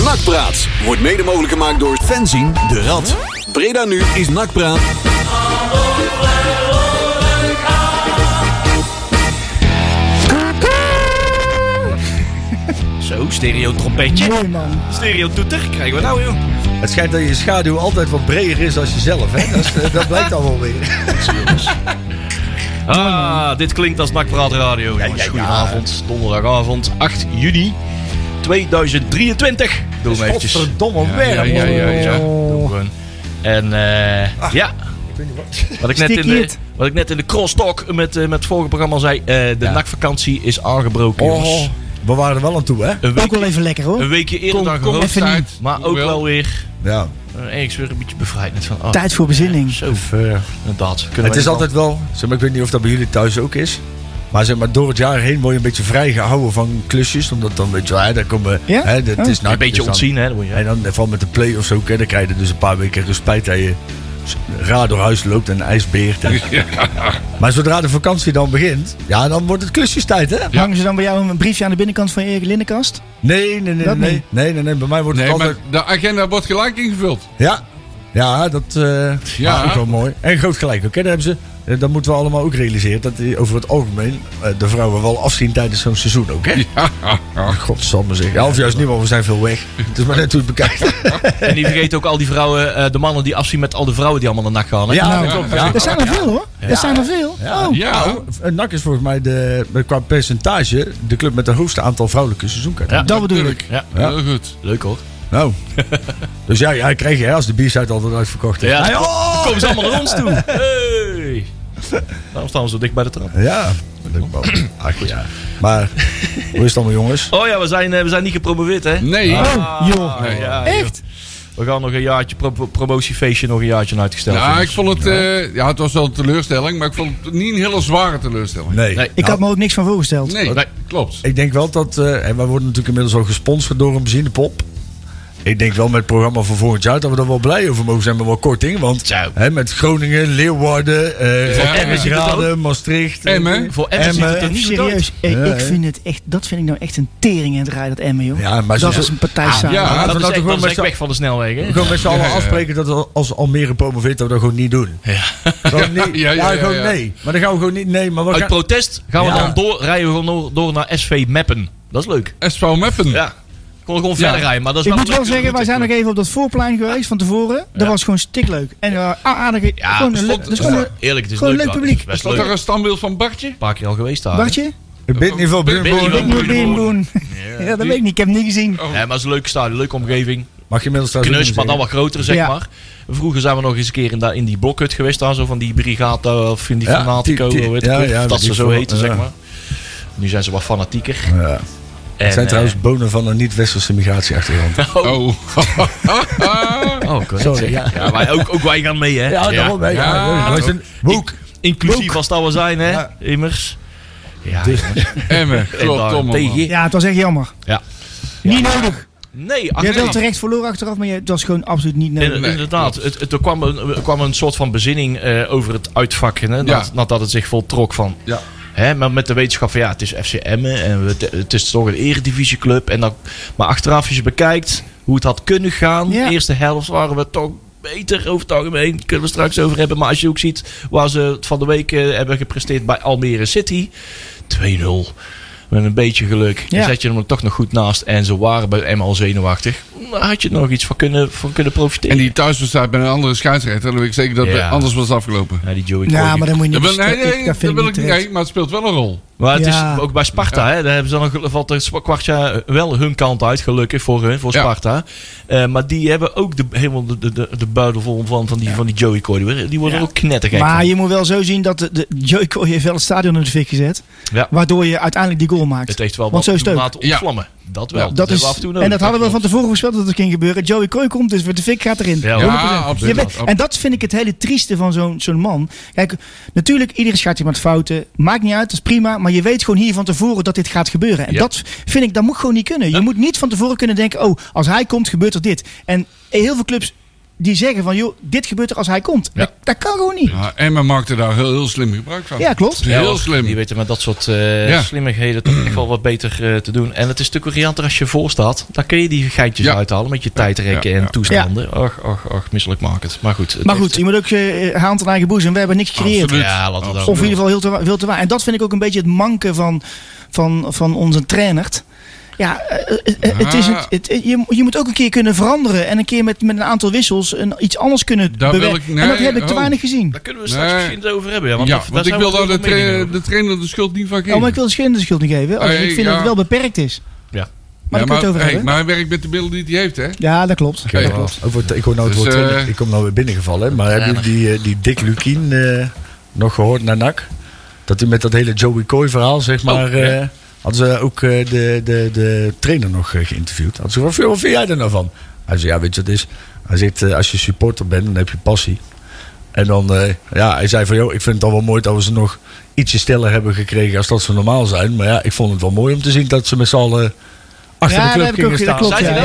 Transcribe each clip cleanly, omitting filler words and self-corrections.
Nakpraat wordt mede mogelijk gemaakt door Fenzin de Rad. Breda nu is Nakpraat. Zo, stereo trompetje. Mooi man. Stereo toeter, krijgen we nou joh. Het schijnt dat je schaduw altijd wat breder is als jezelf. Hè? Dat blijkt al wel weer. Dit klinkt als Nakpraat Radio. Jongens. Goedenavond, donderdagavond, 8 juni 2023. Doe hem eventjes. Godverdomme werk. Ja. Doe gewoon. En ja. Wat ik net in de crosstalk met het vorige programma zei. De nakvakantie is aangebroken, jongens. We waren er wel aan toe, hè? Ook wel even lekker hoor. Een weekje eerder dan gehoopt. Maar ook wel weer. Ja. Ergens weer een beetje bevrijd. Net van, tijd voor bezinning. Zo, inderdaad. Het is altijd wel, zeg maar, ik weet niet of dat bij jullie thuis ook is. Maar zeg maar, door het jaar heen word je een beetje vrijgehouden van klusjes. Omdat dan weet je wel, daar komen. Ja? Het is een beetje ontzien, hè? En dan vooral met de play of zo, dan krijg je dus een paar weken respijt dat je raar door huis loopt en ijsbeert. Maar zodra de vakantie dan begint, ja, dan wordt het klusjestijd, hè? Ja. Hangen ze dan bij jou een briefje aan de binnenkant van je linnenkast? Nee. Bij mij wordt het altijd... Maar de agenda wordt gelijk ingevuld. Ja, dat is ook wel mooi. En groot gelijk ook, hè? Daar hebben ze... Dat moeten we allemaal ook realiseren. Dat over het algemeen de vrouwen wel afzien tijdens zo'n seizoen ook, hè? Ja. Godsamme zeg. Ja, of juist niet, want we zijn veel weg. Het is maar net hoe je het bekijkt. En die vergeet ook al die vrouwen, de mannen die afzien met al de vrouwen die allemaal naar NAC gaan. Hè? Ja, dat klopt. Er zijn er veel, hoor. Er zijn er veel. Nou, NAC is volgens mij qua percentage de club met het hoogste aantal vrouwelijke seizoenkaarten. Ja, dat bedoel ik. Ja. Heel goed. Leuk hoor. Nou. Dus ja, krijg je als de biersite altijd uitverkocht is. Ja, dan komen ze allemaal naar ons toe. Hey. Daarom staan we zo dicht bij de trap. Ja, ach ja. Maar, hoe is het allemaal, jongens? Oh ja, we zijn niet gepromoveerd, hè? Nee. Joh. Nee. Ja, echt? We gaan nog een jaartje, promotiefeestje nog een jaartje uitgesteld. Ja, ik vond het... het was wel een teleurstelling, maar ik vond het niet een hele zware teleurstelling. Nee. Ik had me ook niks van voorgesteld. Nee, klopt. Ik denk wel dat... en wij worden natuurlijk inmiddels al gesponsord door een benzinepop. Ik denk wel met het programma van volgend jaar dat we er wel blij over mogen zijn met wel korting. Want met Groningen, Leeuwarden, Graden, Maastricht. Emmen. Voor Emmen ziet het er niet serieus. Ik vind het echt, dat vind ik nou echt een tering in het rijden, dat Emmen, joh. Ja, maar dat is een partij samen. Ja, dat is echt weg van de snelweg, hè? We gaan met z'n allen afspreken dat als Almere promoveert, dat we dat gewoon niet doen. Gewoon nee. Maar dan gaan we gewoon niet... Nee, maar uit protest gaan we dan rijden we gewoon door naar SV Meppen. Dat is leuk. SV Meppen? Ja. Gewoon verder rijden. Maar dat is ik moet wel zeggen, wij zijn nog even op dat voorplein geweest van tevoren. Dat was gewoon stikleuk. En aardige... Eerlijk, het is gewoon leuk. Leuk publiek. Is dat er een standbeeld van Bartje? Een paar keer al geweest daar. Bartje? Bidniveau Beenboen. Ja, dat weet ik niet. Ik heb het niet gezien. Ja, maar het is een leuk stadion, leuke omgeving. Mag je inmiddels knus, maar dan wat groter, zeg maar. Vroeger zijn we nog eens een keer in die blokhut geweest daar, zo van die Brigata of in die Fanatico, dat ze zo heten, zeg maar. Nu zijn ze wat fanatieker. Ja. Het zijn trouwens bonen van een niet-westerse migratieachtergrond. Sorry. Ja, wij ook wij gaan mee, hè? Ja, daarom mee. Wij zijn inclusief als dat we zijn, hè? Immers. Ja, Emmen, klopt. Ja, het was echt jammer. Ja. Niet nodig. Nee, je hebt wel terecht verloren achteraf, maar het was gewoon absoluut niet nodig. Inderdaad, er kwam een soort van bezinning over het uitvakken, hè, nadat het zich voltrok van... Ja. Hè, maar met de wetenschap van het is FC Emmen en het is toch een eredivisieclub. Maar achteraf, als je bekijkt hoe het had kunnen gaan, de eerste helft waren we toch beter over het algemeen. Kunnen we straks over hebben. Maar als je ook ziet waar ze het van de week hebben gepresteerd bij Almere City, 2-0. Met een beetje geluk. Dan zet je hem er toch nog goed naast. En ze waren bij Emmen al zenuwachtig. Daar had je er nog iets van kunnen profiteren. En die thuiswedstrijd bij een andere scheidsrechter. Dan weet ik zeker dat het anders was afgelopen. Ja, die Joey Coy. Maar dan moet je niet... dat wil ik niet. Maar het speelt wel een rol. Maar het is ook bij Sparta. Hè, daar hebben ze dan valt er kwartje wel hun kant uit. Gelukkig voor Sparta. Maar die hebben ook helemaal de buidel vol van die Joey Coy. Die worden ook knettergek. Maar je moet wel zo zien dat de Joey Coy heeft wel het stadion in de fik gezet. Ja. Waardoor je uiteindelijk die goal maakt. Het heeft wel wat laten ontvlammen. Dat wel. Dat is, af en toe nodig. En dat hadden we van tevoren voorspeld dat het ging gebeuren. Joey Coy komt, dus de fik gaat erin. Ja, absoluut. En dat vind ik het hele trieste van zo'n man. Kijk, natuurlijk, iedere schat met fouten. Maakt niet uit, dat is prima. Maar je weet gewoon hier van tevoren dat dit gaat gebeuren. En dat vind ik, dat moet gewoon niet kunnen. Je moet niet van tevoren kunnen denken, als hij komt, gebeurt er dit. En heel veel clubs die zeggen van, joh, dit gebeurt er als hij komt. Ja. Dat kan gewoon niet. Ja, Emma maakte daar heel slim gebruik van. Ja, klopt. Heel slim. Die weten met dat soort slimmigheden toch echt wel wat beter te doen. En het is natuurlijk rianter als je voor staat. Dan kun je die geitjes uithalen met je tijdrekken en toestanden. Och, misselijkmakend. Maar goed. Je moet ook hand aan eigen boezem. We hebben niks gecreëerd. Absoluut. Ja, laten we dat Of in ieder geval heel te waar. En dat vind ik ook een beetje het manke van onze trainer. Ja, je moet ook een keer kunnen veranderen. En een keer met een aantal wissels iets anders kunnen bewerken. En dat heb ik te weinig gezien. Daar kunnen we straks misschien het over hebben. Want ik wil daar de trainer de schuld niet van geven. Maar ik wil de schuld niet geven. Ik vind dat het wel beperkt is. Ja. Maar maar hij werkt met de middelen die hij heeft, hè? Ja, dat klopt. Ik hoor nou het woord trainer. Ik kom nou weer binnengevallen. Maar hebben jullie die Dick Lukien nog gehoord naar NAC? Dat hij met dat hele Joey Coy verhaal, zeg maar... hadden ze ook de trainer nog geïnterviewd. Hadden ze gezegd, wat vind jij er nou van? Hij zei, ja, weet je wat het is? Hij zegt, als je supporter bent, dan heb je passie. En dan, hij zei van, joh, ik vind het al wel mooi dat we ze nog ietsje stiller hebben gekregen als dat ze normaal zijn. Maar ja, ik vond het wel mooi om te zien dat ze met z'n allen achter de club gingen staan.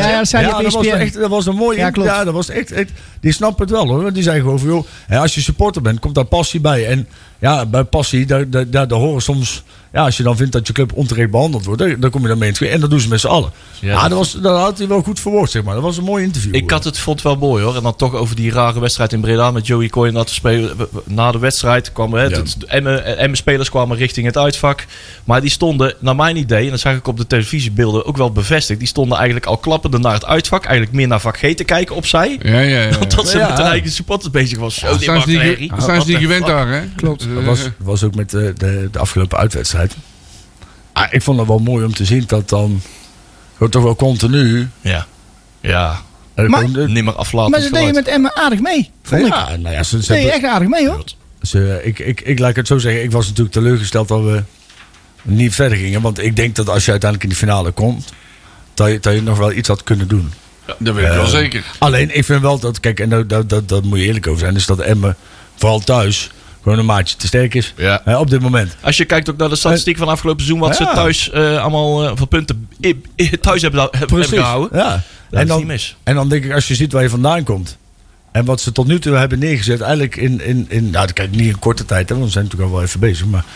Dat was een mooie. Ja, dat was echt. Die snappen het wel, hoor. Die zei gewoon van, joh, als je supporter bent, komt daar passie bij. En ja, bij passie, daar horen soms... Ja, als je dan vindt dat je club onterecht behandeld wordt, dan kom je daarmee in het weer. En dat doen ze met z'n allen. Ja, dat had hij wel goed verwoord, zeg maar. Dat was een mooi interview. Ik vond het wel mooi, hoor. En dan toch over die rare wedstrijd in Breda met Joey Coy en dat spelen. Na de wedstrijd kwamen Emmen-spelers kwamen richting het uitvak. Maar die stonden, naar mijn idee, en dat zag ik op de televisiebeelden ook wel bevestigd, die stonden eigenlijk al klappende naar het uitvak. Eigenlijk meer naar vak G te kijken op zij. Ja. Dat ze met hun eigen supporters bezig was. Zo, zijn ze niet gewend daar, hè? Klopt. Dat was ook met de afgelopen uitwedstrijd. Ik vond het wel mooi om te zien dat dan gewoon toch wel continu. Ja. Niet meer aflaten. Maar ze deden met Emma aardig mee, vond ik. Nou ja, ze deden echt aardig mee, hoor. Ik laat het zo zeggen. Ik was natuurlijk teleurgesteld dat we niet verder gingen. Want ik denk dat als je uiteindelijk in de finale komt, dat je nog wel iets had kunnen doen. Ja, dat weet ik wel zeker. Alleen, ik vind wel dat, kijk, en dat moet je eerlijk over zijn, is dat Emma, vooral thuis, gewoon een maatje te sterk is. Ja. Op dit moment. Als je kijkt ook naar de statistiek van afgelopen seizoen, wat ze thuis allemaal van punten thuis hebben gehouden. Ja. Dat is niet mis. En dan denk ik, als je ziet waar je vandaan komt. En wat ze tot nu toe hebben neergezet, eigenlijk nou, kijk, niet in korte tijd, hè, want we zijn natuurlijk al wel even bezig. Maar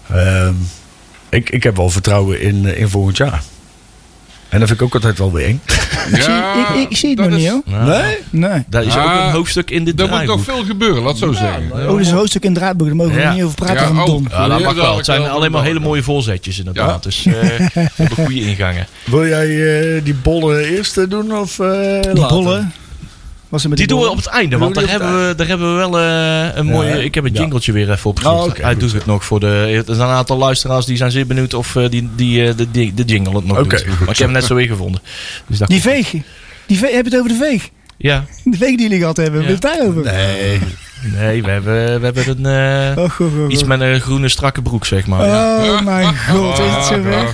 ik heb wel vertrouwen in volgend jaar. En dat vind ik ook altijd wel weer eng. Ja, ik zie het nog niet, hoor. Nee? Dat is ook een hoofdstuk in dit draaiboek. Er moet nog veel gebeuren, laat zo zeggen. Dat is een hoofdstuk in het draaiboek. Daar mogen we niet over praten van Don. Ja, dat mag wel. Het zijn alleen maar hele mooie voorzetjes inderdaad. Ja. Dus op de goede ingangen. Wil jij die bollen eerst doen of die bollen? Die doen we op het einde, want daar hebben we wel een mooie... Ik heb een jingletje weer even opgezocht. Hij doet het nog voor er zijn een aantal luisteraars die zijn zeer benieuwd of de jingle het nog doet. Maar ik heb hem net zo weer gevonden. Dus die veeg. Heb je het over de veeg? Ja. De veeg die jullie gehad hebben. Wil je het daarover? Nee, we hebben iets met een groene strakke broek, zeg maar. Oh mijn god, is het zo weg?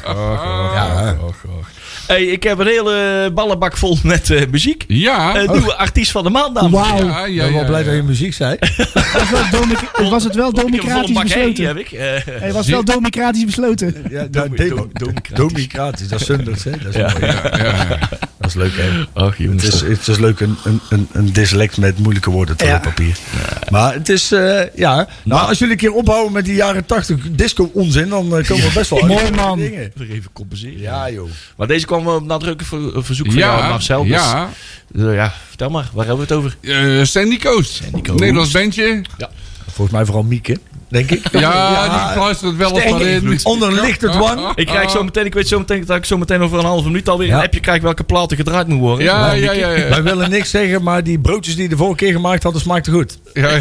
Hey, ik heb een hele ballenbak vol met muziek. Ja. Nieuwe artiest van de maand dan. Wauw. Ik ben wel blij dat je muziek zei. Was het wel democratisch besloten? Heb ik. Het was wel democratisch besloten. Ja, democratisch. Dat is zunders, hè? Dat is mooi. Ja. Dat is leuk, hè? Ach, jongens. Het is leuk een dyslect met moeilijke woorden op papier. Ja. Maar het is, Nou, als jullie een keer ophouden met die jaren 80 disco-onzin, dan komen we best wel uit. Mooi, man. Even compenseren. Ja, joh. Maar deze kwam op nadrukkelijk verzoek van jou, Marcel. Dus, vertel maar. Waar hebben we het over? Sandy Coast. Nederlands bandje. Ja. Volgens mij vooral Mieke, denk ik. Ja, die luistert wel eens maar in. Onder lichte dwang. Ik weet zo meteen dat ik zo meteen over een halve minuut alweer een appje krijg welke platen gedraaid moet worden. Ja. Wij willen niks zeggen, maar die broodjes die je de vorige keer gemaakt hadden, smaakten goed. Ja.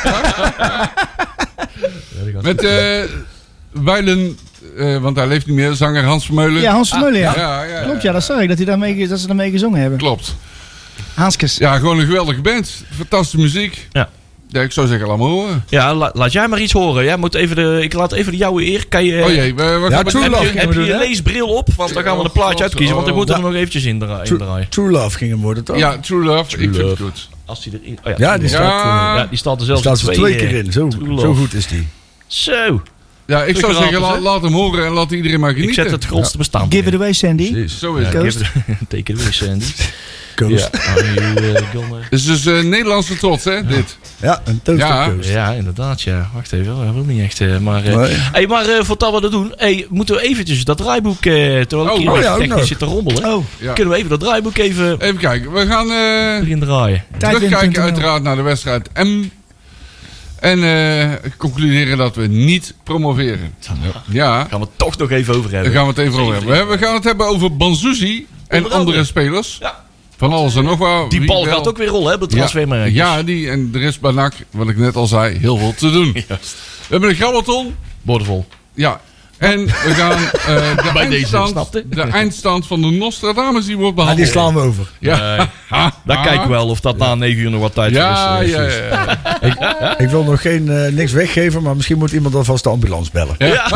Met Weilen, want hij leeft niet meer, zanger Hans Vermeulen. Ja, Hans Vermeulen, ja. Klopt, dat zag ik, dat ze daarmee gezongen hebben. Klopt. Hanskes. Ja, gewoon een geweldige band. Fantastische muziek. Ja, ik zou zeggen, laat maar horen. Ja, laat jij maar iets horen. Jij moet ik laat even de jouwe eer. Kan je, oh jee, heb je je leesbril op? Want dan gaan we een plaatje uitkiezen. Want ik moet er nog eventjes in draaien. True Love ging hem worden, toch? Ja, True Love. Ik vind het goed. Als die erin... die staat er zelfs twee keer in. Zo goed is die. Zo. Ja, ik zou zeggen, laat hem horen en laat iedereen maar genieten. Ik zet het grootste bestaan. Give it away, Sandy. Zo is het. Take it away, Sandy. Coast. Het is dus Nederlandse trots, hè, dit. Ja, een Toast Ja. of Coast. Ja, inderdaad, ja. Wacht even, dat wil niet echt. Maar Nee. voordat we dat doen, moeten we eventjes dat draaiboek, terwijl ik hier ja, ook technisch nog. zit te rommelen. Oh, Ja. Kunnen we even dat draaiboek even Even kijken, we gaan erin draaien. terugkijken uiteraard naar de wedstrijd M. En concluderen dat we niet promoveren. Ja, Gaan we het toch nog even over daar hebben. gaan we het even over hebben. We gaan het hebben over Banzuzi en Onder andere. andere spelers. Ja. Van alles en nog wat. Die Wie bal wel. gaat ook weer rollen, hè, op de transfermarkt. Ja, en er is bij NAC, wat ik net al zei, heel veel te doen. Juist. We hebben een grabbelton. Boordevol. Ja. En we gaan Bij deze, eindstand, snapte? de eindstand van de Nostradamus die wordt Ah, die behandeld. slaan we over. Ja. Daar kijken we wel of dat na 9 uur nog wat tijd Ja, is. ja, ja. Ik wil nog niks weggeven, maar misschien moet iemand alvast de ambulance bellen.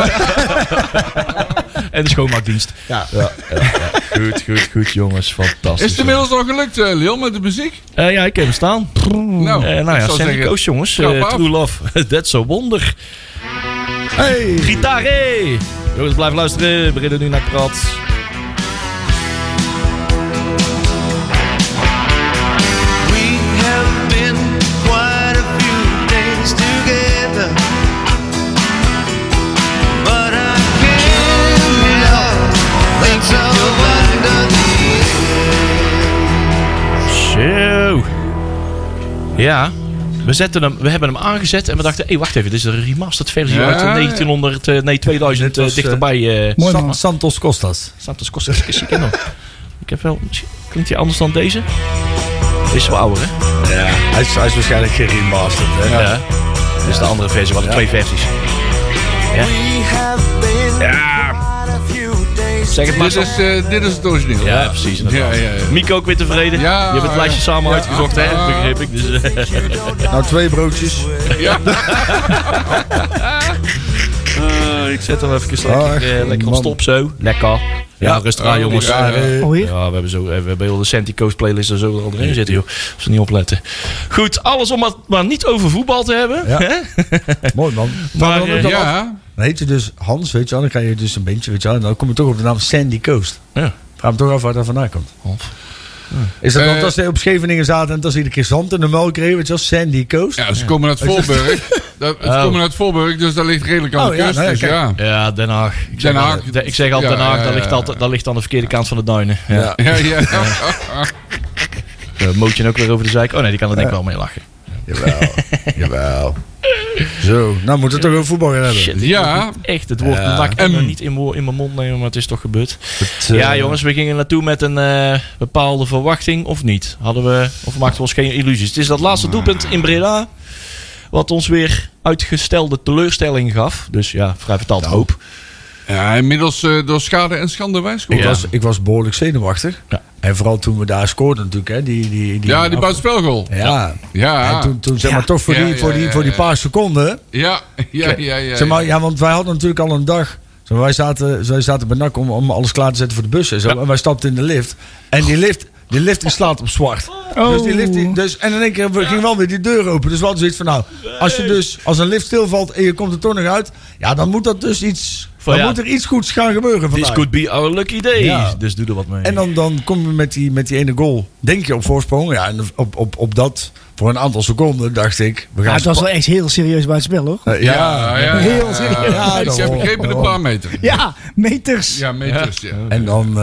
En de schoonmaakdienst. Ja. Goed, jongens. Fantastisch. Is het inmiddels al gelukt, Leon, met de muziek? Ja, ik heb hem staan. Nou, Nou ja, ik zou Sandy zeggen, Coast, jongens. trap af. True Love. That's a wonder. Hey! Gitaar, hey! Jongens, blijf luisteren. We beginnen nu naar Prat. We have been quite a few days together, but I can't help thinking of under the Zo. Ja. We hebben hem aangezet en we dachten, hé, wacht even, dit is een remastered versie Ja, uit ja. 2000 Dit was, dichterbij. mooi man. Santos Costas. Santos Costa ik ken hem. Ik heb wel, klinkt hij anders dan deze? Deze is wel ouder, hè? Ja, hij is waarschijnlijk geremasterd. Hè? Ja. Dit is de andere versie, we hadden 2 versies. Ja. We have been Ja. quite a few days Zeg het maar. Dit is het origineel. Ja, precies. inderdaad. Ja. Mico ook weer tevreden. Ja, Je hebt het lijstje samen uitgezocht, hè? Begreep ik. Dus, Nou, 2 broodjes. Ja. ik zet hem even Ach, lekker op man. stop zo. Lekker. Ja, rustig aan, jongens. ja, ja. Alweer? Ja, we hebben heel de Sandy Coast playlist er zo al erin zitten, joh. Als ze niet opletten. Goed, alles om het maar niet over voetbal te hebben. Ja. Hè? Mooi man. Maar, dan, ook dan, Ja. dan heet je dus Hans, weet je wel. Dan krijg je dus een bandje, weet je wel. En dan kom je toch op de naam Sandy Coast. Ja. Vraag me toch af waar dat vandaan komt. Hans. Is dat want als ze op Scheveningen zaten en als ze iedere keer zand in de muil kregen, weet je wel, Sandy Coast? Ja, ze komen uit Voorburg. Ze komen uit Voorburg, dus dat ligt redelijk aan de ja, kust. nou ja, Dus kijk. ja. Ja, Den Haag. Den Haag. Ik zeg altijd Ja, Den Haag, ja, dat ligt ja. altijd, dat ligt aan de verkeerde kant van de duinen. Ja. Ja. Ja. Mootje ook weer over de zijk. Oh nee, die kan er denk ik wel mee lachen. Jawel. Zo, nou moeten we het toch over voetbal gaan hebben. Shit, Ja. Echt, het woord Ja. nak en niet in mijn mond nemen, maar het is toch gebeurd. Het, Ja, jongens, we gingen naartoe met een bepaalde verwachting, of niet? Of maakten we ons geen illusies? Het is dat laatste doelpunt in Breda, wat ons weer uitgestelde teleurstelling gaf. Dus ja, vrij vertaald hoop. Ja, inmiddels door schade en schande wijsgehoord. Ik was behoorlijk zenuwachtig. Ja. En vooral toen we daar scoorden natuurlijk. Hè, die buitenspelgoal. Ja. Ja. En toen zeg maar toch voor die paar seconden. Ja. Zeg maar, ja, want wij hadden natuurlijk al een dag. Zeg maar, wij zaten bij NAC om alles klaar te zetten voor de bus. En, zo, en wij stapten in de lift. En die lift die slaat op zwart. Dus die lift en in één keer ging wel weer die deur open. Dus we hadden zoiets van nou, als een lift stilvalt en je komt er toch nog uit. Ja, dan moet dat dus iets. Dan moet er iets goeds gaan gebeuren vandaag. This could be our lucky day. Ja. Dus doe er wat mee. En dan kom je met die ene goal. Denk je op voorsprong. Ja, en op dat voor een aantal seconden dacht ik. We gaan Ja, het was wel echt heel serieus bij het spel, hoor. Ja. Heel serieus. Ja, Ik heb begrepen een paar meter. Ja, meters. Ja, meters. Ja. En dan.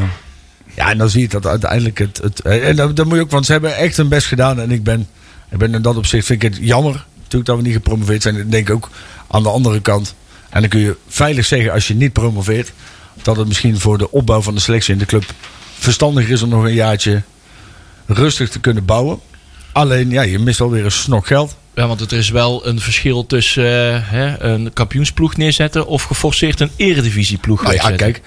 En dan zie je dat uiteindelijk en dan moet je ook, want ze hebben echt hun best gedaan. En ik ben in dat opzicht vind ik het jammer natuurlijk dat we niet gepromoveerd zijn. Ik denk ook aan de andere kant. En dan kun je veilig zeggen als je niet promoveert, dat het misschien voor de opbouw van de selectie in de club verstandiger is om nog een jaartje rustig te kunnen bouwen. Alleen, ja, je mist alweer een snok geld. Ja, want er is wel een verschil tussen een kampioensploeg neerzetten of geforceerd een eredivisieploeg Nou ja, neerzetten. kijk,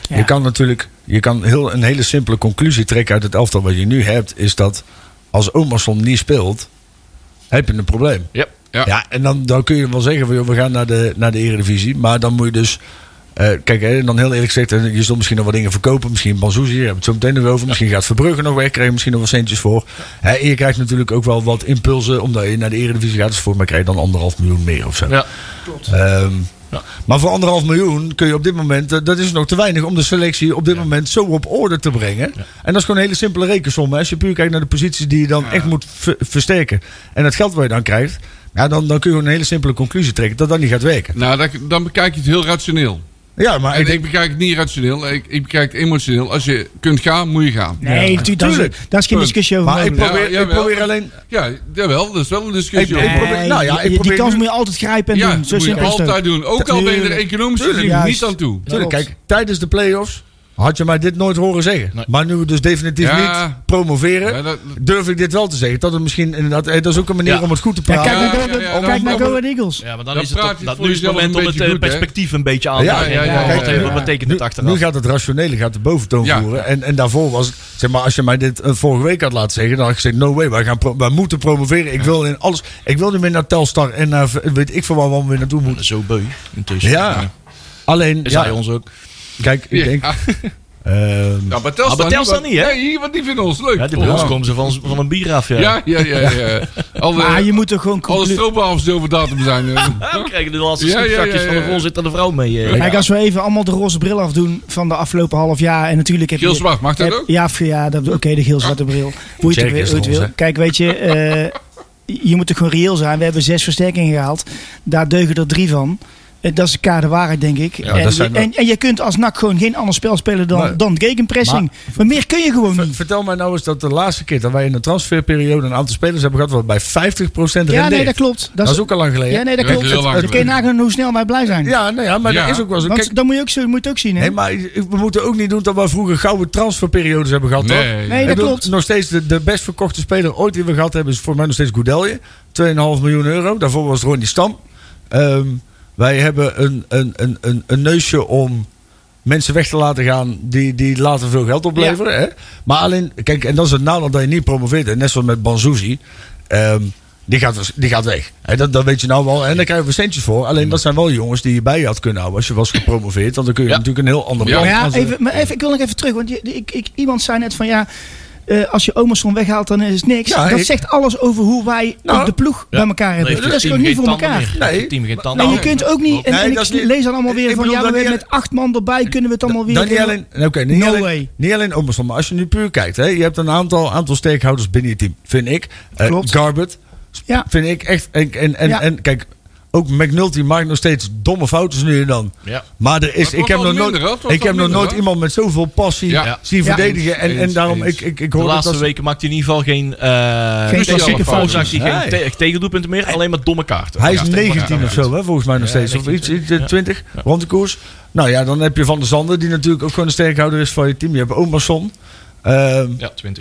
je kan een hele simpele conclusie trekken uit het elftal wat je nu hebt, is dat als Omarsson niet speelt, heb je een probleem. Ja. Ja, en dan kun je wel zeggen, van, joh, we gaan naar de Eredivisie. Maar dan moet je dus... kijk, hè, dan heel eerlijk gezegd, je zult misschien nog wat dingen verkopen. Misschien Banzuzi, daar hebben we het zo meteen nog over. Misschien gaat Verbrugge nog weg, krijg je misschien nog wat centjes voor. Hè, en je krijgt natuurlijk ook wel wat impulsen, omdat je naar de Eredivisie gaat. Dus voor mij krijg je dan 1,5 miljoen meer of zo. Ja. Klopt. Maar voor 1,5 miljoen kun je op dit moment... dat is nog te weinig om de selectie op dit moment zo op orde te brengen. Ja. En dat is gewoon een hele simpele rekensom. Als je puur kijkt naar de posities die je dan echt moet versterken. En het geld wat je dan krijgt... Ja, dan kun je gewoon een hele simpele conclusie trekken dat dat niet gaat werken. Nou, dan bekijk je het heel rationeel. Ja, maar ik bekijk het niet rationeel, ik bekijk het emotioneel. Als je kunt gaan, moet je gaan. Nee, natuurlijk. Daar is geen discussie over. Maar ik probeer alleen... Ja, jawel, dat is wel een discussie over. Die kans moet je altijd grijpen en doen. Zo moet je altijd doen. Ook al ben je er economisch gezien niet aan toe. Tuurlijk, kijk, tijdens de play-offs had je mij dit nooit horen zeggen. Nee. Maar nu we dus definitief niet promoveren, durf ik dit wel te zeggen. Dat het misschien inderdaad, dat is ook een manier om het goed te praten. Kijk naar Go Ahead Eagles. Ja, maar dan is het nu is het moment om het perspectief een beetje aan te brengen. Wat betekent het achteraf? Nu gaat het rationele de boventoon voeren. En daarvoor was het, zeg maar, als je mij dit vorige week had laten zeggen, dan had ik gezegd, no way, wij moeten promoveren. Ik wil in alles. Ik wil niet meer naar Telstar en naar, weet ik veel waar we weer naartoe moeten. Zo beu intussen. Ja. Alleen, is hij ons ook. Kijk, ik denk... maar Telstar niet, hè? Nee, want die vinden ons leuk. Ja, bij ons komen ze van een bier af, ja. Maar je moet er gewoon... Alle stroopwafels over datum zijn. We krijgen de laatste zakjes van de voorzitter de vrouw mee. Kijk, als we even allemaal de roze bril afdoen van de afgelopen half jaar. En natuurlijk heb je... Geel-zwart, mag dat ook? Ja, oké, de geel-zwarte bril. Hoe je het ook wil. Kijk, weet je... je moet er gewoon reëel zijn. We hebben 6 versterkingen gehaald. Daar deugen er 3 van. Dat is de kade waarheid, denk ik. Ja, en je kunt als NAC gewoon geen ander spel spelen dan gegenpressing. Maar meer kun je gewoon niet. Vertel mij nou eens dat de laatste keer dat wij in de transferperiode een aantal spelers hebben gehad, wat bij 50% rendeert. Ja, nee, dat klopt. Dat is ook al lang geleden. Ja, nee, dat klopt. Dan kun je nagaan hoe snel wij blij zijn. Ja, nou ja, maar dat is ook wel zo. Kijk, dat moet je ook zien. Hè? Nee, maar we moeten ook niet doen dat we vroeger gouden transferperiodes hebben gehad. Nee, dat klopt. Nog steeds de best verkochte speler ooit die we gehad hebben is voor mij nog steeds Goudelje. 2,5 miljoen euro. Daarvoor was het Ronnie Stam. Wij hebben een neusje om mensen weg te laten gaan die later veel geld opleveren. Ja. Hè? Maar alleen, kijk, en dat is het nadeel dat je niet promoveert. Net zoals met Banzuzi. Die gaat weg. Hè? Dat weet je nou wel. En daar krijgen we centjes voor. Alleen dat zijn wel jongens die je bij je had kunnen houden als je was gepromoveerd. Want dan kun je natuurlijk een heel ander plan. Ik wil nog even terug. Want iemand zei net van als je Omerson weghaalt, dan is het niks. Ja, dat zegt alles over hoe wij ook de ploeg bij elkaar hebben. Dat is gewoon niet voor elkaar. Nee. Team geen tanden. En je kunt ook niet... En ik lees dan allemaal weer van... Ja, met 8 man erbij kunnen we het allemaal weer... Niet alleen Omerson, maar als je nu puur kijkt. Hè, je hebt een aantal steekhouders binnen je team. Vind ik. Garbert. Vind ik echt... En kijk... Ook McNulty maakt nog steeds domme fouten nu en dan. Ja. Maar ik heb nog nooit iemand met zoveel passie zien verdedigen. En daarom, ik hoor de laatste weken maakt hij in ieder geval geen fouten. Geen tegendoelpunten meer. Alleen maar domme kaarten. Hij is 19 of zo, hè, volgens mij nog steeds. Of iets 20, rond de koers. Nou ja, dan heb je Van der Zanden, die natuurlijk ook gewoon een sterkhouder is van je team. Je hebt Omerson. 20.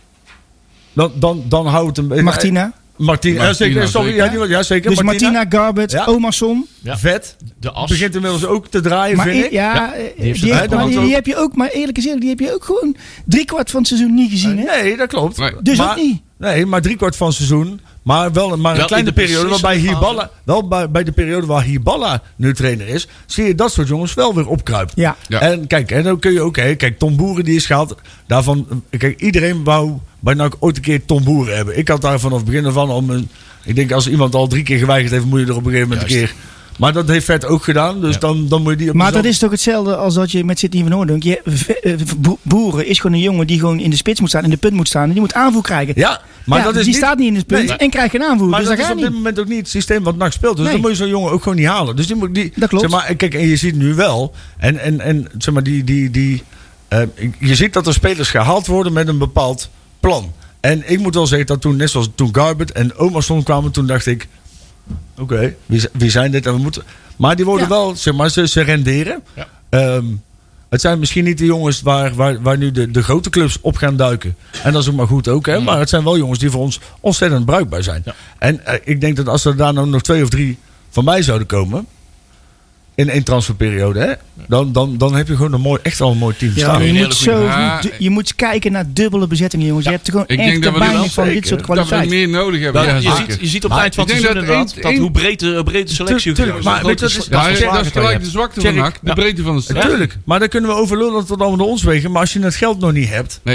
Dan houdt het een... Martina, zeker. Sorry, zeker. Dus Martina, Garbert, Omerson. Ja. Vet. De as. Begint inmiddels ook te draaien, vind ik. Ja, die heb je ook, maar eerlijk gezegd, die heb je ook gewoon 3/4 van het seizoen niet gezien. Hè? Nee, dat klopt. Nee. Dus ook niet. Nee, maar 3/4 van het seizoen. Maar wel een kleine periode waarbij Hiballa... Wel bij de periode waar Hiballa nu trainer is... zie je dat soort jongens wel weer opkruipen. Ja. En kijk, en dan kun je ook... Kijk, Tom Boeren die is gehaald. Daarvan... Kijk, iedereen wou bij NAC ooit een keer Tom Boeren hebben. Ik had daar vanaf het begin van... Ik denk als iemand al 3 keer geweigerd heeft... moet je er op een gegeven moment een keer... Maar dat heeft Vet ook gedaan, dus dan moet je die... Maar dat is toch hetzelfde als dat je met Sidney van Hoorndonk... Boeren is gewoon een jongen die gewoon in de spits moet staan... in de punt moet staan en die moet aanvoer krijgen. Ja, maar dat is die staat niet in de punt en krijgt geen aanvoer. Maar dus dat is op dit moment ook niet het systeem wat NAC speelt. Dus dan moet je zo'n jongen ook gewoon niet halen. Dus dat klopt. Zeg maar, kijk, en je ziet nu wel... En zeg maar, je ziet dat er spelers gehaald worden met een bepaald plan. En ik moet wel zeggen dat toen, net zoals toen Garbert en Omerson kwamen... toen dacht ik... Oké, wie zijn dit? En we moeten... Maar die worden wel, zeg maar, ze renderen. Ja. Het zijn misschien niet de jongens waar nu de grote clubs op gaan duiken. En dat is ook maar goed ook. Hè? Maar het zijn wel jongens die voor ons ontzettend bruikbaar zijn. Ja. En ik denk dat als er daar nou nog 2 of 3 van mij zouden komen... in 1 transferperiode, hè? Dan heb je gewoon echt al een mooi team staan. Je moet kijken naar dubbele bezettingen, jongens. Je hebt er gewoon echt te weinig van dit soort kwaliteit. Dat we meer nodig hebben. Je ziet op het eind van het seizoen inderdaad dat hoe breed de selectie is. Maar dat is gelijk de zwakte van NAC, de breedte van de selectie. Natuurlijk, maar dan kunnen we overlullen dat het allemaal naar ons wegen. Maar als je het geld nog niet hebt...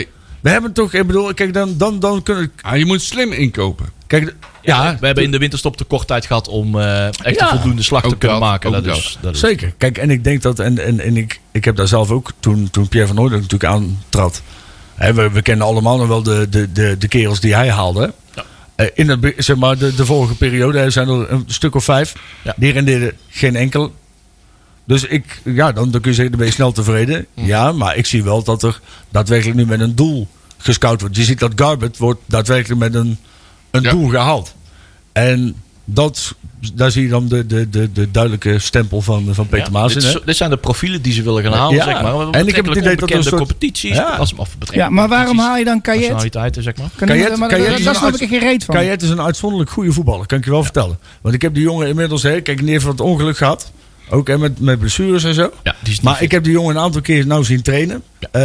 We hebben toch, ik bedoel, kijk, dan kunnen... Je moet slim inkopen. Kijk, we hebben in de winterstop de kort tijd gehad om echt een voldoende slag te Ook kunnen dat, maken. ook Dat is zeker. Kijk, en ik denk dat, en ik heb daar zelf ook, toen Pierre van Hooijdonk natuurlijk aantrad. We kennen allemaal nog wel de kerels die hij haalde. Ja. In zeg maar, de vorige periode zijn er een stuk of 5. Ja. Die rendeerden geen enkel. Dus dan kun je zeggen, dan ben je snel tevreden. Ja, maar ik zie wel dat er daadwerkelijk nu met een doel gescout wordt. Je ziet dat Garbutt wordt daadwerkelijk met een doel gehaald. En daar zie je dan de duidelijke stempel van Peter Maas in. Dit zijn de profielen die ze willen gaan halen, zeg maar. En ik heb het idee dat er een soort competities. Maar waarom haal je dan Kayet? Nationaliteiten, zeg maar. Daar snap ik geen reet van. Kayet is een uitzonderlijk goede voetballer, kan ik je wel vertellen. Want ik heb die jongen inmiddels, kijk, die heeft wat ongeluk gehad. Ook met blessures en zo. Ja, maar ik heb die jongen een aantal keer nou zien trainen.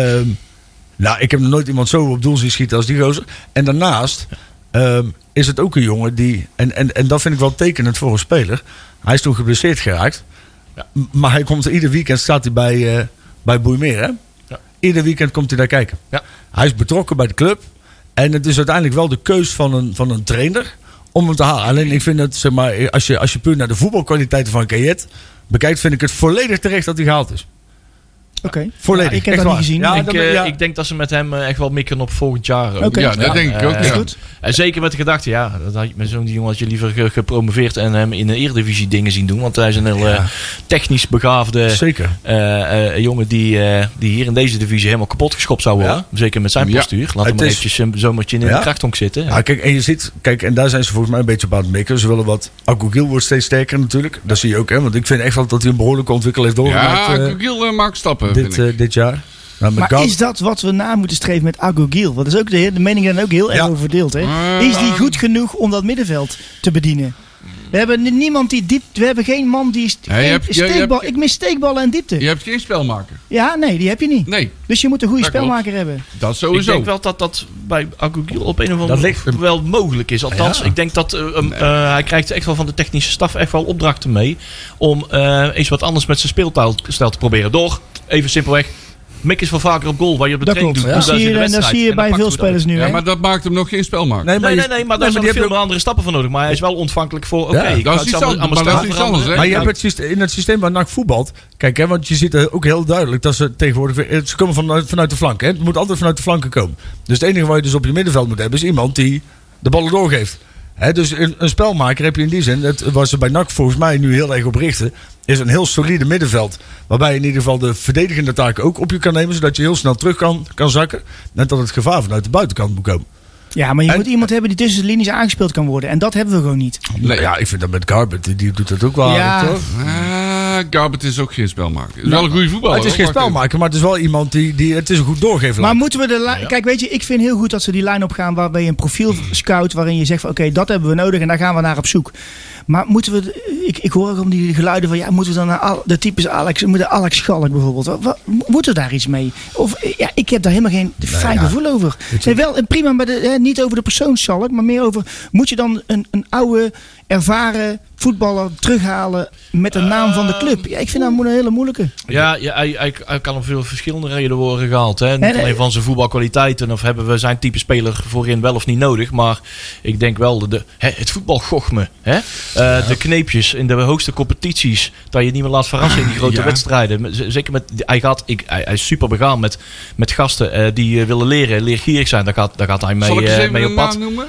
Ja. Ik heb nog nooit iemand zo op doel zien schieten als die gozer. En daarnaast is het ook een jongen die... En dat vind ik wel tekenend voor een speler. Hij is toen geblesseerd geraakt. Ja. Maar hij komt ieder weekend, staat hij bij Boeimeer. Hè? Ja. Ieder weekend komt hij daar kijken. Ja. Hij is betrokken bij de club. En het is uiteindelijk wel de keus van een trainer om hem te halen. Alleen ik vind het, zeg maar, als je puur naar de voetbalkwaliteiten van Kayet bekijkt, vind ik het volledig terecht dat hij gehaald is. Oké. Volledig. Ik heb dat niet gezien. Ik denk dat ze met hem echt wel mikken op volgend jaar. Ja, dat denk ik ook. Goed. En zeker met de gedachte, dat had je met zo'n jongen had je liever gepromoveerd en hem in een Eredivisie dingen zien doen. Want hij is een heel technisch begaafde jongen die hier in deze divisie helemaal kapot geschopt zou worden. Ja. Zeker met zijn postuur. Laat hem maar eventjes een zomertje in de krachtonk zitten. Ja, kijk, en je ziet, en daar zijn ze volgens mij een beetje op aan het mikken. Ze willen wat. Agogiel wordt steeds sterker natuurlijk. Dat zie je ook, hè. Want ik vind echt wel dat hij een behoorlijke ontwikkeling heeft doorgemaakt. Ja, Agogiel maakt stappen. Dit jaar. Nou, maar is dat wat we na moeten streven met Agogiel? Want dat is ook de mening dan ook heel erg over verdeeld. Hè? Is die goed genoeg om dat middenveld te bedienen? We hebben niemand die diep. We hebben geen man die. Ik mis steekballen en diepte. Je hebt geen spelmaker. Ja, nee, die heb je niet. Nee. Dus je moet een goede spelmaker hebben. Dat sowieso. Ik denk wel dat bij Agogiel op een of andere manier wel mogelijk is. Althans, ik denk dat hij krijgt echt wel van de technische staf echt wel opdrachten mee om eens wat anders met zijn speelstijl te proberen. Door even simpelweg. Mick is wel vaker op goal, waar je op de training doet. Dat zie je bij veel spelers nu. Ja, maar dat maakt hem nog geen spelmaker. Nee, maar daar zijn veel andere stappen voor nodig. Maar hij is wel ontvankelijk voor, dat is iets anders. Maar je hebt in het systeem waar NAC voetbalt. Kijk, hè, want je ziet er ook heel duidelijk dat ze tegenwoordig... Ze komen vanuit de flank. Hè. Het moet altijd vanuit de flanken komen. Dus het enige wat je dus op je middenveld moet hebben... is iemand die de ballen doorgeeft. He, dus een spelmaker heb je in die zin, waar ze bij NAC volgens mij nu heel erg op richten, is een heel solide middenveld. Waarbij je in ieder geval de verdedigende taken ook op je kan nemen, zodat je heel snel terug kan zakken. Net dat het gevaar vanuit de buitenkant moet komen. Ja, maar je moet iemand hebben die tussen de linies aangespeeld kan worden. En dat hebben we gewoon niet. Nee, ja, ik vind dat met Garbutt, die doet dat ook wel aardig, toch? Garbutt is ook geen spelmaker. Het is wel een goede voetballer. Het is geen spelmaker, maar het is wel iemand die het is een goed doorgever. Maar moeten we Kijk, weet je, ik vind heel goed dat ze die lijn opgaan waarbij je een profiel scout, waarin je zegt van oké, dat hebben we nodig en daar gaan we naar op zoek. Maar moeten we... Ik hoor ook om die geluiden van... moeten we dan naar de types Alex... Alex Schalk bijvoorbeeld. Moeten we daar iets mee? Of ik heb daar helemaal geen fijn gevoel over. Wel prima, niet over de persoon Schalk... maar meer over... Moet je dan een oude, ervaren voetballer terughalen... met de naam van de club? Ja, ik vind dat een hele moeilijke. Ja, hij kan op veel verschillende redenen worden gehaald. Hè? Niet alleen van zijn voetbalkwaliteiten... of hebben we zijn type speler voorin wel of niet nodig... maar ik denk wel... het voetbalgochme... de kneepjes in de hoogste competities. Dat je niet meer laat verrassen in die grote wedstrijden. Zeker met... Hij is super begaan met gasten die willen leren. Leergierig zijn. Daar gaat hij mee op pad. Zal ik eens even een naam noemen?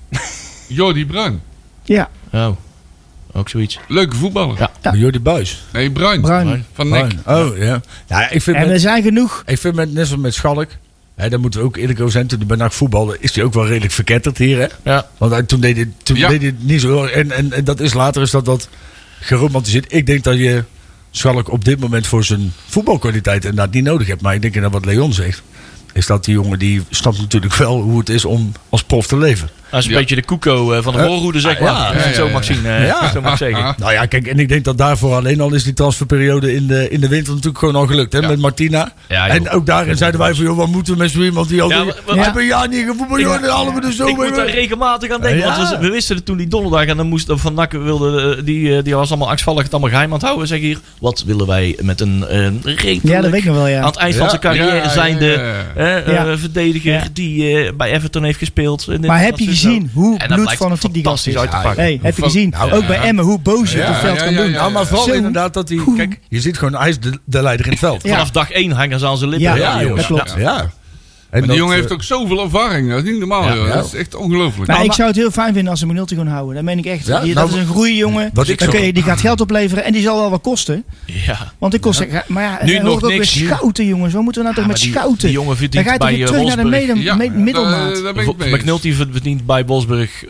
Jordi Bruin. Ja. Oh. Ook zoiets. Leuke voetballer. Ja. Jordi Buijs. Nee, Bruin. Van NEC. Oh, ja. Er zijn genoeg. Ik vind net zoals met Schalk... daar moeten we ook eerlijk over zijn. Toen hij bij NAC voetbalde, is hij ook wel redelijk verketterd hier. Hè? Ja. Want toen deed hij het niet zo. En dat is later is dat geromantiseerd. Ik denk dat je Schalk op dit moment voor zijn voetbalkwaliteit inderdaad niet nodig hebt. Maar ik denk dat wat Leon zegt, is dat die jongen die snapt natuurlijk wel hoe het is om als prof te leven. Dat is een beetje de Koeko van de voorhoede, zeg maar. ja. Als je het zo mag zien. Zo mag ik zeggen. Nou ja, kijk, en ik denk dat daarvoor alleen al is die transferperiode in de winter natuurlijk gewoon al gelukt. Hè, met Martina. Ja, joh. En ook daarin zeiden wij van, joh, wat moeten we met zo iemand die al hebben een jaar niet gevoetbald, joh, dan halen we er zo Ik moet daar mee. regelmatig aan denken. Ja. Want we wisten het toen die donderdag. En dan moest Van Nakke wilde, die was allemaal angstvallig het allemaal geheim aan het houden. Zeg hier, wat willen wij met een redelijk... Ja, dat weet ik nog wel, ja. Aan het eind van zijn carrière zijnde Ja. verdediger Ja. die bij Everton heeft gespeeld. Maar heb je gezien hoe bloedfanatiek die gast is? uit te pakken. Hey, heb je gezien? Ook bij Emmen, hoe boos je op het veld kan doen. Nou, maar vooral Zo. inderdaad dat hij... Kijk, je ziet gewoon, hij is de leider in het veld. Ja. Vanaf dag 1 hangen ze aan zijn lippen. Ja, hè, jongens. dat klopt. Ja. En Maar die jongen dat, heeft ook zoveel ervaring. Dat is niet normaal, Ja. joh. Ja. Dat is echt ongelooflijk. Maar ik zou het heel fijn vinden als ze McNulty gewoon houden. Dat meen ik echt. Ja, Dat nou, is een groeijongen. wat ik Dan zo- kun je, die gaat geld opleveren en die zal wel wat kosten. Ja. Want ik kost. Maar ja, Nu hij nog hoort ook weer niks. schouten, jongens. Wat moeten we nou toch Ja, met maar schouten? die jongen Dan verdient ga je toch bij weer terug naar de Wolfsburg. middelmaat. Daar ben ik mee. McNulty verdient bij Wolfsburg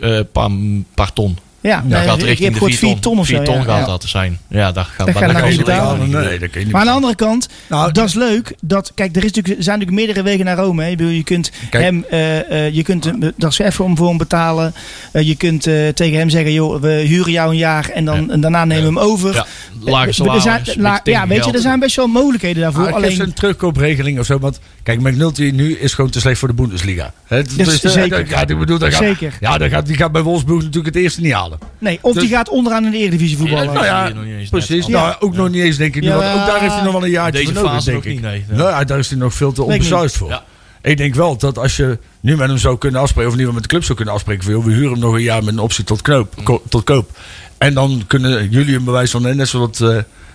paar ton. Ja, Dat gaat ik richting heb de gehoord 4 ton of zo. 4 ton ja. gaat Ja. dat zijn. Ja, dat gaat Dat gaat naar je niet betalen. Nee, dat kun je niet. Maar aan de andere kant, Nou, dat is leuk. Kijk, er zijn natuurlijk meerdere wegen naar Rome. Hè. Ik bedoel, je kunt Kijk. hem, je kunt dat even voor hem betalen. Je kunt tegen hem zeggen, joh, we huren jou een jaar en daarna nemen we hem over. Ja, lage Er salaris. zijn, ja, weet je, er zijn best wel mogelijkheden daarvoor. Geef Alleen, ze een terugkoopregeling of zo. Want kijk, McNulty nu is gewoon te slecht voor de Bundesliga. zeker. Ja, ik bedoel, Zeker. Ja, die gaat bij Wolfsburg natuurlijk het eerste niet halen. nee, of Dus- die gaat onderaan in de Eredivisie voetballen. Ja, Nou ja, hier nog niet eens precies. net. Nou, ook nog niet eens, denk ik. Ja, Want ook daar heeft hij nog wel een jaartje Deze voor nodig, fase denk nog ik. niet, nee. Nou ja, daar is hij nog veel te Weet ik onbesuisd voor. Ja. Ik denk wel dat als je nu met hem zou kunnen afspreken, of in ieder geval met de club zou kunnen afspreken, van, joh, we huren hem nog een jaar met een optie tot koop. En dan kunnen jullie een bewijs van, net zoals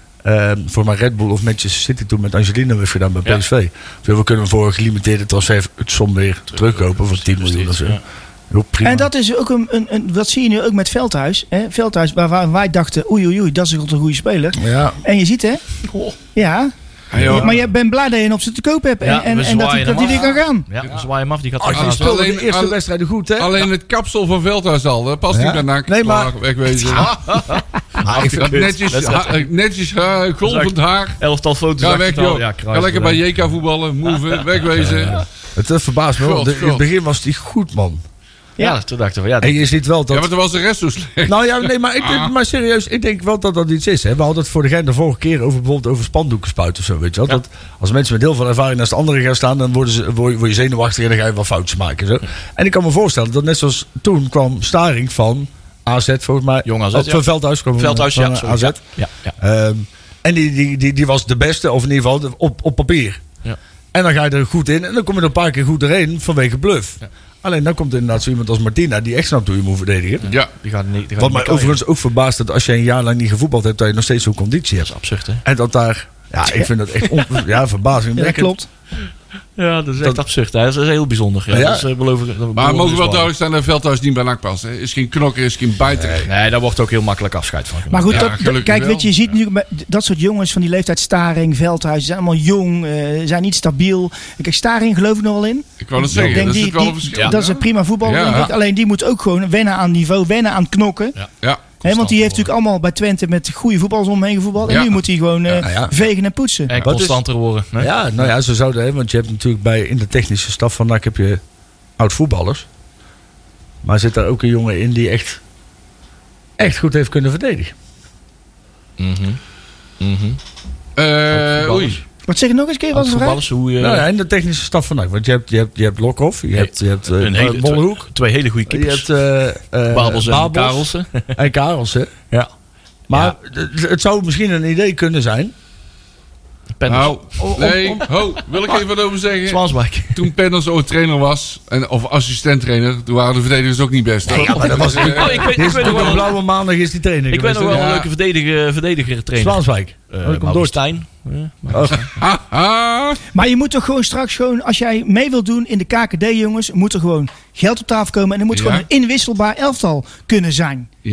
voor mijn Red Bull of Manchester City toen met Angelino heeft gedaan bij PSV. Dus we kunnen hem voor een gelimiteerde transfersom weer terugkopen voor 10 miljoen of zo. Ja. Heel prima. En dat is ook wat zie je nu ook met Veldhuis. Hè? Veldhuis, waar wij dachten, oei, dat is een goede speler. Ja. En je ziet, hè? Ja. joh. Maar je bent blij dat je hem op zijn te koop hebt. Ja, En we dat zwaaien hij hem weer kan gaan. Ja, zwaai hem af. Die gaat Oh, je terug speelde Alleen- de eerste al- wedstrijden goed, hè? Alleen het kapsel van Veldhuis al. Dat past Ja. niet bij NAC. Nee, maar- Wegwezen. Ik vind- Netjes golvend haar. Elftal foto's. Ga achter weg, het al. joh. Ja, Ga lekker bij JK voetballen. Move, wegwezen. Het verbaast me wel. God, In het begin was hij goed, man. Ja, toen dachten we, En je ziet wel dat... Ja, maar toen was de rest zo slecht. Nou ja, nee, maar serieus, ik denk wel dat dat iets is. Hè. We hadden het voor de vorige keer over bijvoorbeeld over spandoeken spuiten of zo, weet je wel. Dat als mensen met heel veel ervaring naast de anderen gaan staan, dan word je zenuwachtig en dan ga je wel foutjes maken. Zo. En ik kan me voorstellen dat net zoals toen kwam Staring van AZ, volgens mij. Jong AZ, Of ja. Veldhuis kwam Veldhuis, van ja. sorry. AZ. Ja. En die was de beste, of in ieder geval op papier. Ja. En dan ga je er goed in en dan kom je er een paar keer goed doorheen vanwege bluff. Ja. Alleen dan komt er inderdaad zo iemand als Martina die echt snapt hoe je moet verdedigen. Ja. Die gaat niet. Wat mij overigens ook verbaast dat als je een jaar lang niet gevoetbald hebt, dat je nog steeds zo'n conditie hebt. Dat is absurd, hè? En dat daar, ja, ik vind dat echt Ja, verbazingwekkend. dat klopt. Ja, dat is echt absurd. Hè? Dat is heel bijzonder. Ja, Ja. Dat is, Maar mogen we wel duidelijk zijn dat Veldhuis niet bij NAC past. Hè? Is geen knokker, is geen bijter. Nee, daar wordt ook heel makkelijk afscheid van Maar gemaakt. goed, Ja, gelukkig kijk, wel. weet je ziet nu dat soort jongens van die leeftijd, Staring, Veldhuis, zijn allemaal jong, zijn niet stabiel. Kijk, Staring geloof ik nog wel in. Ik wou het Ik zeggen, denk dat is wel een verschil. dat is een prima voetballer, Ja. denk ik. Alleen die moet ook gewoon wennen aan niveau, wennen aan knokken. Ja. Hè, want die heeft natuurlijk allemaal bij Twente met goede voetballers omheen gevoetbald. En Ja. nu moet hij gewoon vegen en poetsen. En Wat is- constanter worden. Hè? Ja, nou ja, zo zouden, hè, want je hebt natuurlijk in de technische staf van NAC heb je oud-voetballers. Maar zit daar ook een jongen in die echt goed heeft kunnen verdedigen. Oei. Wat zeg je nog eens, keer? Wat is de vraag? Voetballers, hoe Nou ja, in de technische staf van NAC. Want je hebt Lokhoff, je hebt Bolhoek. twee hele goede Je keepers. hebt Babels en Babels Karelsen. en Karelsen. Ja. Maar het zou misschien een idee kunnen zijn. Penders. Nou, nee, wil ik even wat over zeggen. Zwanswijk. Toen Penders ooit trainer was, of assistent-trainer, toen waren de verdedigers ook niet best. Ja, maar dat was Ik weet nog wel een blauwe maandag is die trainer Ik ben geweest, nog wel hè? een leuke verdediger trainer. Zwaanswijk. komt Maurice door. Stijn. Maar je moet toch gewoon straks als jij mee wilt doen in de KKD, jongens, moet er gewoon geld op tafel komen. En er moet Ja. gewoon een inwisselbaar elftal kunnen zijn. Ja.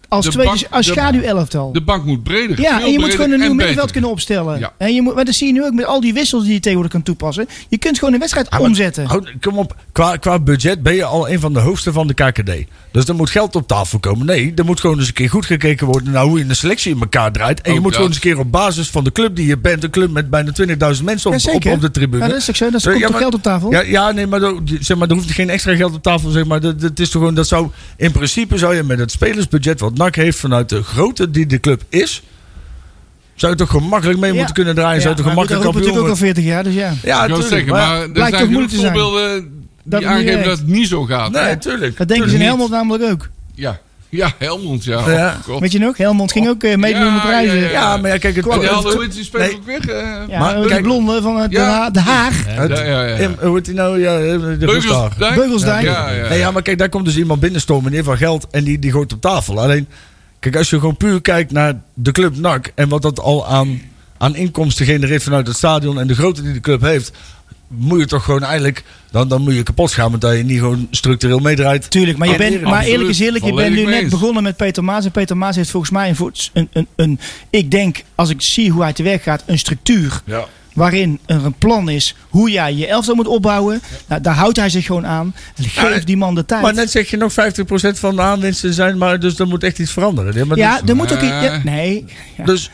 als schaduw-elftal. De bank moet breder. Ja, veel en je moet gewoon een nieuw en middenveld beter. kunnen opstellen. Ja. En maar dat zie je nu ook met al die wissels die je tegenwoordig kan toepassen. Je kunt gewoon een wedstrijd omzetten. Kom op, qua budget ben je al een van de hoogste van de KKD. Dus er moet geld op tafel komen. Nee, er moet gewoon eens een keer goed gekeken worden naar hoe je een selectie in elkaar draait. En je moet gewoon eens een keer op basis van de club die je bent, een club met bijna 20.000 mensen op de tribune. Ja, dat is ook zo. Dat komt toch geld op tafel? Ja, nee, maar er hoeft geen extra geld op tafel. Zeg maar. Dat is toch gewoon, dat zou, in principe zou je met het spelersbudget wat NAC heeft vanuit de grootte die de club is, zou je toch gewoon makkelijk mee moeten kunnen draaien. Zou je toch maar gemakkelijk dat natuurlijk ook al 40 jaar, dus ja. Ja, Ik wil zeggen, maar er blijkt zijn toch genoeg moeilijk te zijn. voorbeelden Dat die het niet aangeven werkt. dat het niet zo gaat. Nee, tuurlijk. Dat denken ze in niet. Helmond namelijk ook. Ja, Helmond, ja. Ja. God. Weet je nog? Helmond ging ook meedoen met prijzen. ja. Ja, maar ja, kijk, het En die hadden, hoe heet die speler nee. ook weer? Ja, Maar die kijk- blonde van Ja. de Haag. Hoe heet die nou? Ja, de Roestaar. Beugelsdijk. Ja. Nee, ja, maar kijk, daar komt dus iemand binnenstormen, meneer van geld, en die gooit op tafel. Alleen, kijk, als je gewoon puur kijkt naar de club NAC en wat dat al aan inkomsten genereert vanuit het stadion en de grootte die de club heeft, moet je toch gewoon eigenlijk, dan moet je kapot gaan, want dat je niet gewoon structureel meedraait. Tuurlijk, maar, Absoluut. eerlijk is eerlijk, je bent Volledig nu mee net eens. begonnen met Peter Maas. En Peter Maas heeft volgens mij een ik denk, als ik zie hoe hij te werk gaat, een structuur. Ja. Waarin er een plan is hoe jij je elftal moet opbouwen. Nou, daar houdt hij zich gewoon aan. Geef die man de tijd. Maar net zeg je nog 50% van de aanwinsten zijn, maar dus er moet echt iets veranderen. Ja, maar ja, dus, er moet ook iets... Ja, nee. Ja. dus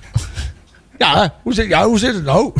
hoe zit het nou?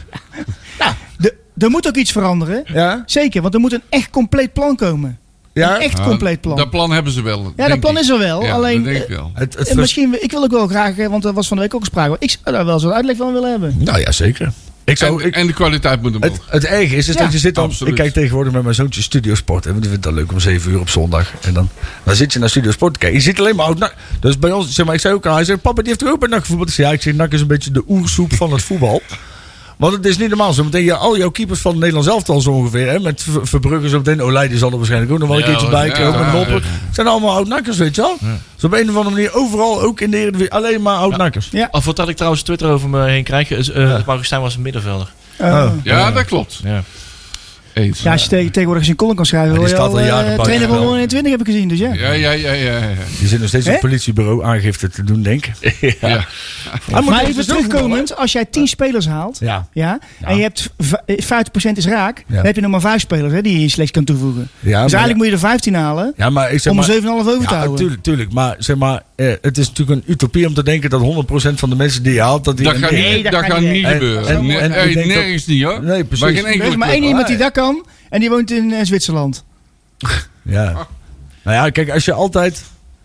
Er moet ook iets veranderen. Ja? Zeker, want er moet een echt compleet plan komen. Ja? Een echt compleet plan. Dat plan hebben ze wel. Ja, denk dat plan ik. is er wel. Ja, alleen, dat denk ik wel. en misschien, ik wil ook wel graag, want er was van de week ook sprake. Ik zou daar wel zo'n uitleg van willen hebben. Nou ja, zeker. En de kwaliteit moet omhoog. Het erge is Ja, dat je zit dan... absoluut. Ik kijk tegenwoordig met mijn zoontje Studiosport. En die vindt dat leuk om 7 uur op zondag. En dan zit je naar Studiosport te kijken. Je ziet alleen maar oud NAC. Dus bij ons, zeg maar, ik zei ook al, hij zegt, papa die heeft toch ook bij NAC gevoetbald? Ik zei, ja, ik zeg, NAC is een beetje de oersoep van het voetbal. Want het is niet normaal. Zo meteen al jouw keepers van het Nederlands elftal zo ongeveer. Hè, met Verbrugge zo meteen. Olij die zal er waarschijnlijk ook nog wel een keertje bij komen. Met Noppen. Het zijn allemaal oud-nakkers, weet je wel. Dus op een of andere manier overal, ook in de Eredivisie, alleen maar oud-nakkers. Ja. Of wat dat ik trouwens Twitter over me heen krijg. Marcus Stijn was een middenvelder. Ja, dat klopt. Ja. Eens. Ja, als je tegenwoordig eens een column kan schrijven. Ja, die wil je staat al al, jaren buiten trainer van spel. 121 heb ik gezien, dus ja. Ja. Die zit nog steeds op Hè? het politiebureau aangifte te doen, denk ik. Ja. Maar even terugkomend, als jij 10 spelers haalt, Ja. en je hebt 50% is raak, dan heb je nog maar 5 spelers hè, die je in je selectie kan toevoegen. Ja, Dus maar- eigenlijk moet je er 15 halen Ja, maar ik zeg om maar, een 7,5 over te ja, houden. tuurlijk. Maar zeg maar, het is natuurlijk een utopie om te denken dat 100% van de mensen die je haalt, dat die... Dat gaat Nee, niet, dat dat gaat gaat niet. niet En- gebeuren. en ik denk Nergens niet hoor. Nee, precies. Maar geen Er is enkele maar club. één iemand die dat kan en die woont in Zwitserland. Ja. Nou ja, kijk, als je altijd...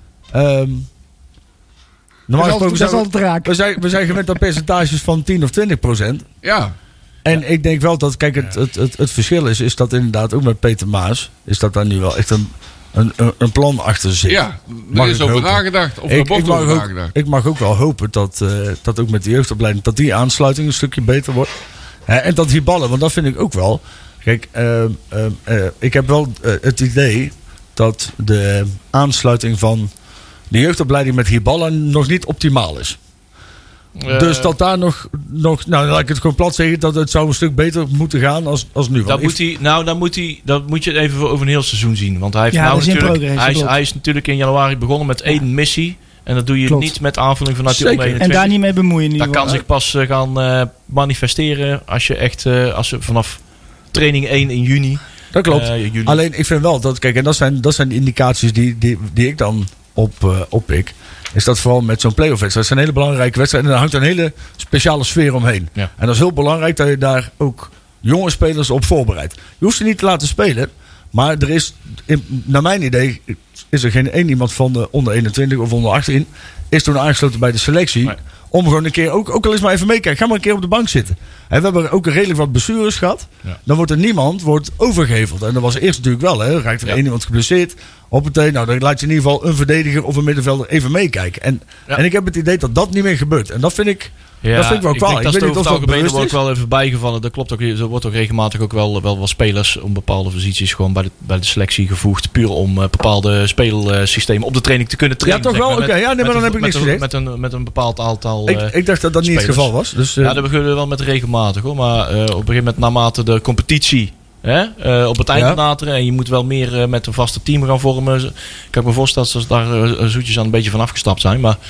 normaal Dat gesproken is zijn altijd raak. we zijn gewend aan percentages van 10 of 20%. Ja. En ik denk wel dat, kijk, het verschil is dat inderdaad ook met Peter Maas, is dat daar nu wel echt een plan achter zit. Ja, Mag er is ik over hopen. nagedacht. Of er wordt over nagedacht. Ik mag ook wel hopen dat ook met de jeugdopleiding, dat die aansluiting een stukje beter wordt. En dat die ballen, want dat vind ik ook wel. Kijk, ik heb wel het idee dat de aansluiting van de jeugdopleiding met Hiballa nog niet optimaal is. Dus dat daar nog, nou laat ik het gewoon plat zeggen, dat het zou een stuk beter moeten gaan als nu. Dat moet je even over een heel seizoen zien. Want hij heeft Ja, nou dat is in natuurlijk, progress, klopt. hij is natuurlijk in januari begonnen met 1 missie. En dat doe je Klopt. niet met aanvulling vanuit die Zeker. onder En 21. daar niet mee bemoeien. in Dat ieder kan geval. zich pas gaan manifesteren als je echt vanaf training 1 in juni. Dat klopt. Juli. Alleen ik vind wel dat, kijk, en dat zijn de indicaties die ik dan oppik. Is dat vooral met zo'n play-off wedstrijd. Het zijn hele belangrijke wedstrijden. En daar hangt een hele speciale sfeer omheen. Ja. En dat is heel belangrijk dat je daar ook jonge spelers op voorbereidt. Je hoeft ze niet te laten spelen. Maar er is, naar mijn idee, is er geen één iemand van de onder 21 of onder 18 is toen aangesloten bij de selectie. Nee. Om gewoon een keer, ook al eens maar even meekijken. Ga maar een keer op de bank zitten. En we hebben ook redelijk wat blessures gehad. Ja. Dan wordt er niemand overgeheveld. En dat was eerst natuurlijk wel. Hè. Raakt er één iemand geblesseerd. Op het nou, dan laat je in ieder geval een verdediger of een middenvelder even meekijken. En ik heb het idee dat dat niet meer gebeurt. En dat vind ik... Ja, dat vind ik wel kwalijk. Ik denk dat Ik het weet over niet het of dat algemeen bewust wordt is. wel even bijgevallen. Dat klopt ook. Er wordt ook regelmatig ook wel wat spelers om bepaalde posities gewoon bij de selectie gevoegd. Puur om bepaalde speelsystemen op de training te kunnen trainen. Ja, toch wel? Zeg maar, Oké, ja, nee, maar dan heb ik niks gezegd. Met een bepaald aantal Ik dacht dat dat niet het spelers. geval was. Dus, ja, dat gebeuren we wel met regelmatig hoor. Maar op een gegeven moment, naarmate de competitie Op het eind naderen. En je moet wel meer met een vaste team gaan vormen. Ik kan me voorstellen dat ze daar zoetjes aan een beetje van afgestapt zijn. Maar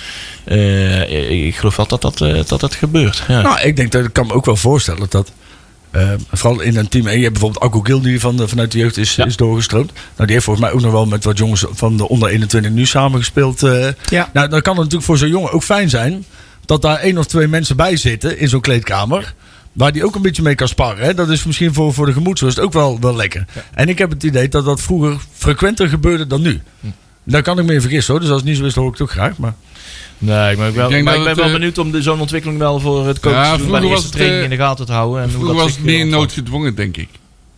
ik geloof wel dat gebeurt. Ja. Nou, ik kan me ook wel voorstellen dat... vooral in een team. En je hebt bijvoorbeeld Akko Gil die vanuit de jeugd is doorgestroomd. Nou, die heeft volgens mij ook nog wel met wat jongens van de onder 21 nu samengespeeld. Nou, dan kan het natuurlijk voor zo'n jongen ook fijn zijn dat daar 1 of 2 mensen bij zitten in zo'n kleedkamer. Waar die ook een beetje mee kan sparren. Hè? Dat is misschien voor de gemoedsrust ook wel lekker. Ja. En ik heb het idee dat dat vroeger frequenter gebeurde dan nu. Daar kan ik me in vergissen hoor. Dus als het niet zo is, dan hoor ik het ook graag. Maar... Nee, maar ik ben wel benieuwd om zo'n ontwikkeling wel voor het coachen te doen. Bij de eerste training in de gaten te houden. En vroeger was het meer noodgedwongen, denk ik.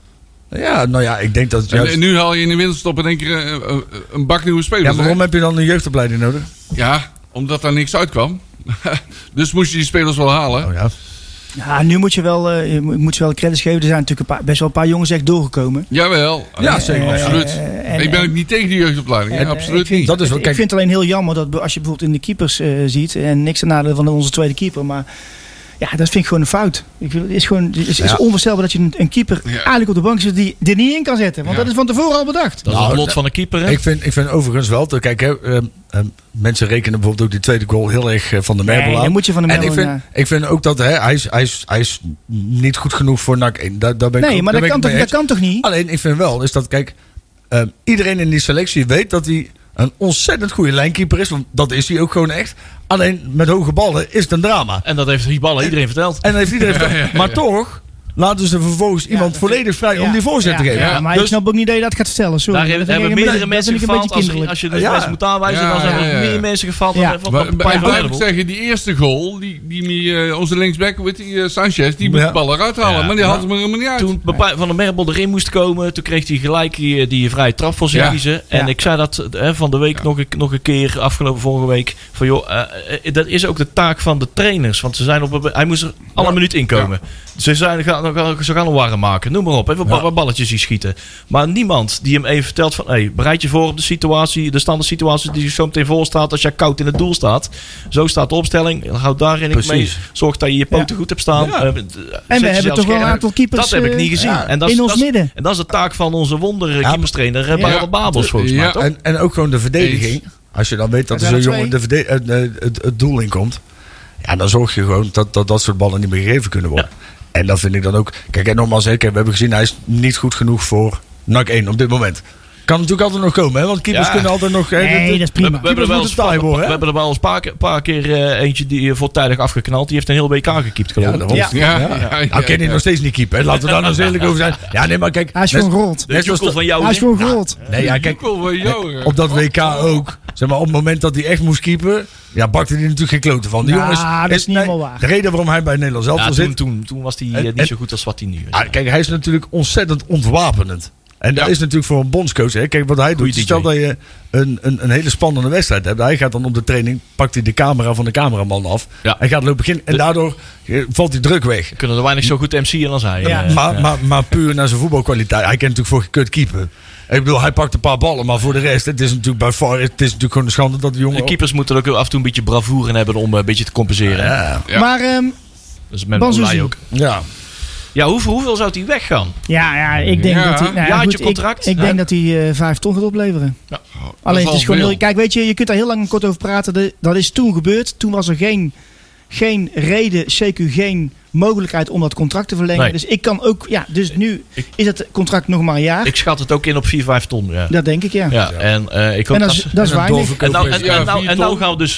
Ja, nou ja, ik denk dat het juist... En nu haal je in de winterstop in één keer een bak nieuwe spelers. Ja, waarom heb je dan een jeugdopleiding nodig? Ja, omdat daar niks uitkwam. Dus moest je die spelers wel halen. Oh ja. Ja, nu moet je wel credits geven. Er zijn natuurlijk best wel een paar jongens echt doorgekomen. Jawel. Ja, zeker. Absoluut. Ik ben ook niet tegen die jeugdopleiding. Absoluut niet. Dat is wel, kijk, ik vind het alleen heel jammer dat als je bijvoorbeeld in de keepers ziet. En niks ten nadele van onze tweede keeper. Maar ja, dat vind ik gewoon een fout. Het is onvoorstelbaar dat je een keeper eigenlijk op de bank zit die er niet in kan zetten. Want dat is van tevoren al bedacht. Dat is het lot van een keeper. Hè? Ik vind overigens wel. Kijk, mensen rekenen bijvoorbeeld ook die tweede goal heel erg van de Merbel aan. Dan moet je van de Merbel, en ik vind ook dat hij is niet goed genoeg voor NAC 1. Daar ben ik maar dat kan toch niet? Alleen ik vind wel is dat, kijk, iedereen in die selectie weet dat hij een ontzettend goede lijnkeeper is. Want dat is hij ook gewoon echt. Alleen met hoge ballen is het een drama. En dat heeft die ballen iedereen verteld. Maar toch laten ze vervolgens iemand volledig vrij om die voorzet te geven. Ja, maar ik snap ook niet dat je dat gaat vertellen. Sorry. Daar hebben meerdere mensen gefaald. Als je dus mensen moet aanwijzen, dan zijn er meer mensen gefaald. Blijf ik zeggen, die eerste goal, onze linksback, Sanchez, die moet de bal eruit halen. Maar die had hem er helemaal niet uit. Toen Van der Merbel erin moest komen, toen kreeg hij gelijk die vrije trap voor zich kiezen. En ik zei dat van de week nog een keer, afgelopen vorige week. Van joh, dat is ook de taak van de trainers. Want hij moest er alle minuut inkomen. Ze gaan hem warm maken, noem maar op. Even wat balletjes die schieten. Maar niemand die hem even vertelt van... bereid je voor op de standaard situatie die zo meteen voor staat als jij koud in het doel staat. Zo staat de opstelling. Houd daarin mee. Zorg dat je je poten goed hebt staan. Ja. En we hebben toch wel een aantal keepers... Dat heb ik niet gezien. In ons midden. En dat is de taak van onze keeperstrainer Barbara Babels volgens mij. Toch? En ook gewoon de verdediging. Als je dan weet dat er zo'n jongen het doel in komt. Ja, dan zorg je gewoon dat soort ballen niet meer gegeven kunnen worden. Ja. En dat vind ik dan ook... Kijk, en nogmaals, we hebben gezien, hij is niet goed genoeg voor NAC 1 op dit moment. Kan natuurlijk altijd nog komen, hè? Want keepers kunnen altijd nog... Nee, dat is prima. We hebben er wel eens een paar keer eentje die voortijdig afgeknald. Die heeft een heel WK gekiept, geloof ik. Nou, kan hij nog steeds niet keepen, hè? Laten we daar nou eens eerlijk over zijn. Ja, nee, maar kijk... Hij is gewoon groot. Hij is gewoon groot. Nee, ja, kijk, op dat WK ook. Zeg maar, op het moment dat hij echt moest keepen... Ja, bakte hij natuurlijk geen kloten van. Die jongens, dat is niet helemaal waar. De reden waarom hij bij Nederland zelf zit... Toen was hij niet zo goed als wat hij nu is. Kijk, hij is natuurlijk ontzettend ontwapenend. En dat is natuurlijk voor een bondscoach. Hè. Kijk, wat hij doet. Stel dat je een hele spannende wedstrijd hebt. Hij gaat dan op de training, pakt hij de camera van de cameraman af. Ja. Hij gaat lopen beginnen. En daardoor valt die druk weg. Kunnen er weinig zo goed MC'en als hij. Ja. Maar puur naar zijn voetbalkwaliteit. Hij kent natuurlijk voor gekut keeper. Ik bedoel, hij pakt een paar ballen, maar voor de rest, het is natuurlijk bij far, het is natuurlijk gewoon een schande dat de jongen... De keepers moeten ook af en toe een beetje bravoure hebben om een beetje te compenseren. Ja. Maar, dus met Olij ook. Ja, hoeveel zou hij weggaan? Ja, ik denk dat hij... Jaartje contract? Ik denk dat hij 5 ton gaat opleveren. Ja. Alleen, het is gewoon heel... Kijk, weet je kunt daar heel lang kort over praten. Dat is toen gebeurd. Toen was er geen reden, CQ geen mogelijkheid om dat contract te verlengen. Nee. Dus ik kan ook... Ja, dus nu is het contract nog maar een jaar. Ik schat het ook in op 4-5 ton. Ja. Dat denk ik, ja. En ik hoop dat is weinig. En nou gaan we dus...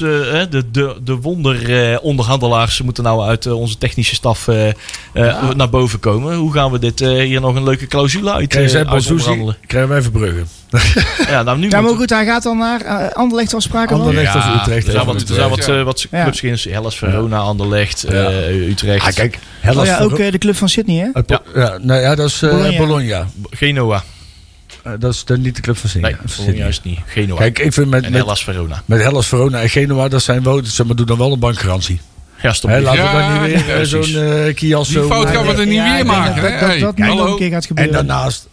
de wonderonderhandelaars moeten nou uit onze technische staf naar boven komen. Hoe gaan we dit hier nog een leuke clausule uit onderhandelen? Krijgen wij Verbrugge. Maar goed, hij gaat dan naar Anderlecht afspraken. Anderlecht of Utrecht. Er zijn wat clubs in. Hellas Verona, Anderlecht, Utrecht. Kijk, ook de club van Sydney, hè? Dat is Bologna. Genoa. Dat is niet de club van Sydney. Nee, Bologna is niet. Genoa. Kijk, ik vind met Hellas Verona. Met Hellas Verona en Genoa, dat zijn wel, doe dan wel een bankgarantie. Ja, stop. Laten we dan niet weer zo'n Kiasso... Die fout gaan we er niet weer maken. Dat nog een keer gaat gebeuren. En daarnaast,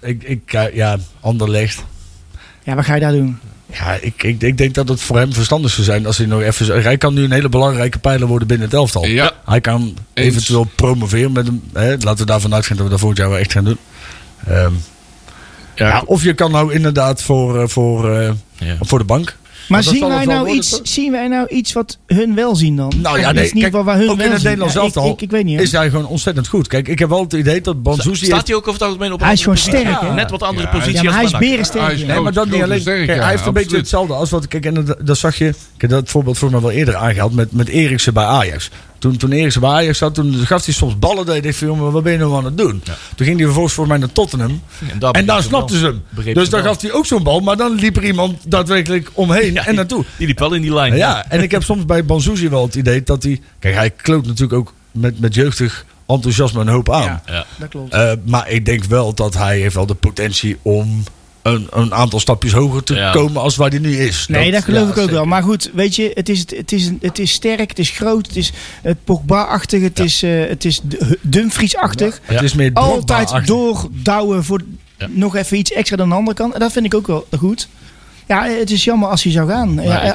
Anderlecht. Ja, wat ga je daar doen? Ja, ik denk dat het voor hem verstandig zou zijn als hij nog even... Hij kan nu een hele belangrijke pijler worden binnen het elftal. Ja. Hij kan eventueel promoveren met hem. Laten we daarvan uitgaan dat we dat volgend jaar wel echt gaan doen. Ja, of je kan nou inderdaad voor de bank. Maar dat zien zal wij, het wel nou worden, iets, toch? zien wij nou iets wat hun wel zien dan? Nou ja, Iets nee, in ieder geval waar hun ook wel in het zien. Nederlands Ja, elftal ik weet niet. Hè. is hij gewoon ontzettend goed. Kijk, ik heb wel het idee dat Banzuzi... Staat hij ook over het algemeen op een Hij is andere gewoon positie? sterk, hè? Net wat andere Ja, positie Ja, maar hij is als Van Dijk. berensterk. Hij is ja. Nee, maar dat niet alleen. sterk, Kijk, ja, hij heeft een beetje absoluut. hetzelfde als wat... Kijk, en dat zag je... Ik heb dat voorbeeld volgens mij wel eerder aangehaald met Eriksen bij Ajax. Toen Eriksen bij Ajax zat, toen gaf hij soms ballen. Dat je dacht van, jongen, wat ben je nou aan het doen? Ja. Toen ging hij vervolgens voor mij naar Tottenham. En daar snapten ze hem. Dus dan gaf hij ook zo'n bal. Maar dan liep er iemand daadwerkelijk omheen en naartoe. Die liep wel in die lijn. Ja, en ik heb soms bij Banzuzi wel het idee dat hij... Kijk, hij kloot natuurlijk ook met jeugdig enthousiasme een hoop aan. Ja, dat klopt. Maar ik denk wel dat hij heeft wel de potentie om een aantal stapjes hoger te Ja. komen als waar hij nu is. Nee, dat geloof ik ook zeker. wel. Maar goed, weet je, het is sterk, het is groot, het is Pogba-achtig, het is Dumfries-achtig. Het is meer Altijd Drogba-achtig. doordouwen voor nog even iets extra dan de andere kant. En dat vind ik ook wel goed. Ja, het is jammer als hij zou gaan.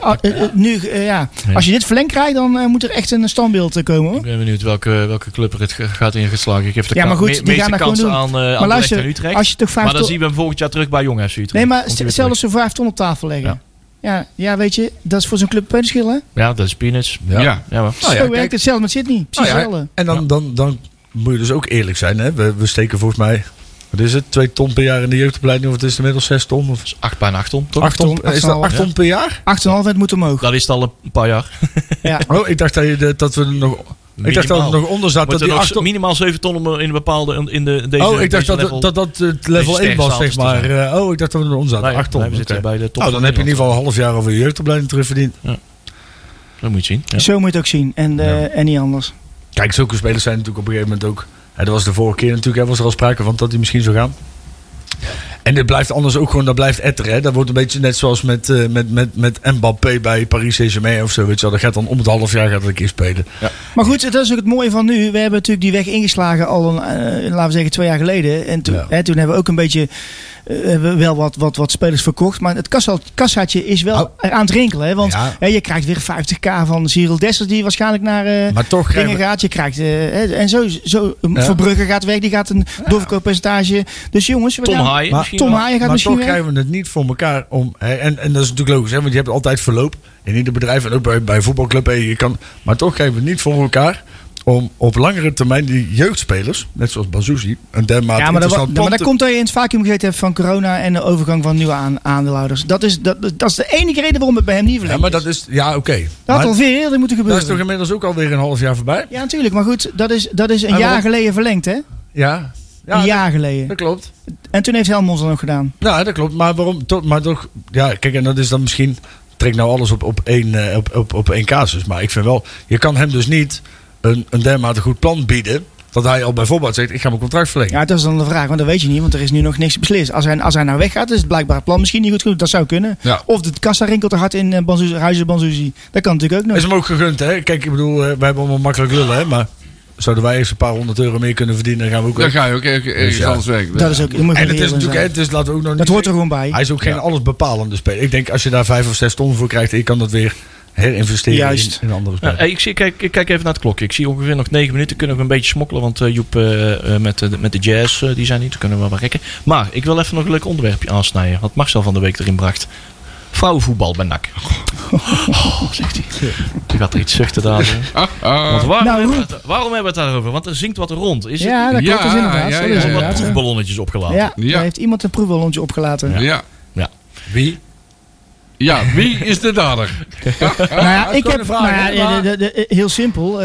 Als je dit verlengd krijgt, dan moet er echt een standbeeld komen. Hoor. Ik ben benieuwd welke club er het gaat ingeslagen. Ik geef de Ja, maar goed, die meeste gaan dat kans gewoon doen. aan Maar Anderlecht luister, en Utrecht. als je toch 5 Maar dan ton... zien we hem volgend jaar terug bij Jong FC Utrecht. Nee, maar Komt hij weer stel dat terug. ze 5 ton op tafel leggen. Ja, weet je, dat is voor zo'n club een verschil, hè? Ja, dat is peanuts. Ja. Ja, maar. Nou ja, Zo kijk. werkt hetzelfde met Sydney. Precies Nou ja, hetzelfde. en dan moet je dus ook eerlijk zijn. Hè? We steken volgens mij, wat is het, 2 ton per jaar in de jeugdopleiding. Of het is inmiddels 6 ton. Of Bijna 8 ton, toch? 8 ton. Is dat 8 8,5, ton per jaar? 8,5 het moet omhoog. Dat is het al een paar jaar. Ja. Oh, ik dacht dat we er nog... Ik dacht dat het nog onder zat. Dat Moeten die er 8 ton... minimaal 7 ton om in een bepaalde... In deze, Oh, ik dacht deze dat level. dat het level Deze 1 was, zeg sterkstatus te maar. Ik dacht dat we eronder zaten. Nee, 8 ton. nee, we zitten Oké. bij de top. Nou, dan heb je in ieder geval een half jaar over je jeugdopleiding terugverdiend. Dat moet je zien. Ja. Zo moet je het ook zien. En niet anders. Kijk, zulke spelers zijn natuurlijk op een gegeven moment ook... dat was de vorige keer natuurlijk, hè, was er al sprake van dat hij misschien zou gaan. En dit blijft anders ook gewoon, dat blijft etteren. Hè. Dat wordt een beetje net zoals met Mbappé bij Paris Saint-Germain of zo. Weet je wel. Dat gaat dan om het half jaar gaat dat een keer spelen. Ja. Maar goed, dat is ook het mooie van nu. We hebben natuurlijk die weg ingeslagen al, laten we zeggen, 2 jaar geleden. En toen, toen hebben we ook een beetje wel wat spelers verkocht. Maar het kassaatje is wel aan het rinkelen. Hè? Want je krijgt weer 50k van Cyril Dessers die waarschijnlijk naar maar toch dingen gaat. Je krijgt, en zo Verbrugge gaat weg. Die gaat een doorverkooppercentage. Dus jongens, Tom Haaien misschien wel. Tom Haaien gaat maar misschien toch weg. krijgen we het niet voor elkaar om... En dat is natuurlijk logisch, hè, want je hebt altijd verloop. In ieder bedrijf en ook bij voetbalclub. Maar toch krijgen we het niet voor elkaar... om op langere termijn die jeugdspelers, net zoals Banzuzi, een dermate Ja, maar interessant dat komt dat je in het vacuüm gegeten hebt van corona en de overgang van nieuwe aandeelhouders. Dat is de enige reden waarom het bij hem niet verlengd Ja, maar dat is... Ja, oké. Dat had al veel eerder moeten Dat gebeuren. is toch inmiddels ook alweer een half jaar voorbij? Ja, natuurlijk. Maar goed, dat is een jaar geleden verlengd, hè? Ja. Een jaar geleden. Dat klopt. En toen heeft Helmond het nog gedaan. Nou, dat klopt. Maar waarom? Maar toch... Ja, kijk, en dat is dan misschien... Trek nou alles op één casus. Maar ik vind wel... Je kan hem dus niet een dermate goed plan bieden... dat hij al bijvoorbeeld zegt... ik ga mijn contract verlengen. Ja, dat is dan de vraag. Want dat weet je niet. Want er is nu nog niks beslist. Als hij nou weggaat, is het blijkbaar het plan misschien niet goed genoeg. Dat zou kunnen. Ja. Of de kassa rinkelt er hard in Huizen Banzuzi. Dat kan natuurlijk ook nog. Is hem ook gegund, hè? Kijk, ik bedoel... wij hebben allemaal makkelijk lullen, hè? Maar... Zouden wij eens een paar €100 meer kunnen verdienen, dan gaan we ook... Dan ga je ook ergens anders werken. Dat is ook... En het is natuurlijk... Het is, laten we ook nog niet dat hoort er gewoon bij. Hij is ook geen allesbepalende speler. Ik denk, als je daar 5 of 6 ton voor krijgt... en je kan dat weer herinvesteren Juist. in andere Ja, spelers. ik kijk even naar het klokje. Ik zie ongeveer nog 9 minuten. Kunnen we een beetje smokkelen. Want Joep met de Jazz, die zijn niet. Dan kunnen we wel rekken. Maar ik wil even nog een leuk onderwerpje aansnijden. Wat Marcel van de week erin bracht. Vrouwenvoetbal bij NAC. Oh, zegt hij. Die gaat er iets zuchten daar. Want waarom hebben we het daarover? Want er zingt wat rond. Is het? Ja, dat klopt. Dat is inderdaad. ja, Dat ja, is Er zijn wat inderdaad. proefballonnetjes opgelaten. Ja, Ja. daar heeft iemand een proefballonnetje opgelaten. Ja. Wie? Ja, wie is de dader? Nou ja, ik gewoon heb een vraag, hè, heel simpel.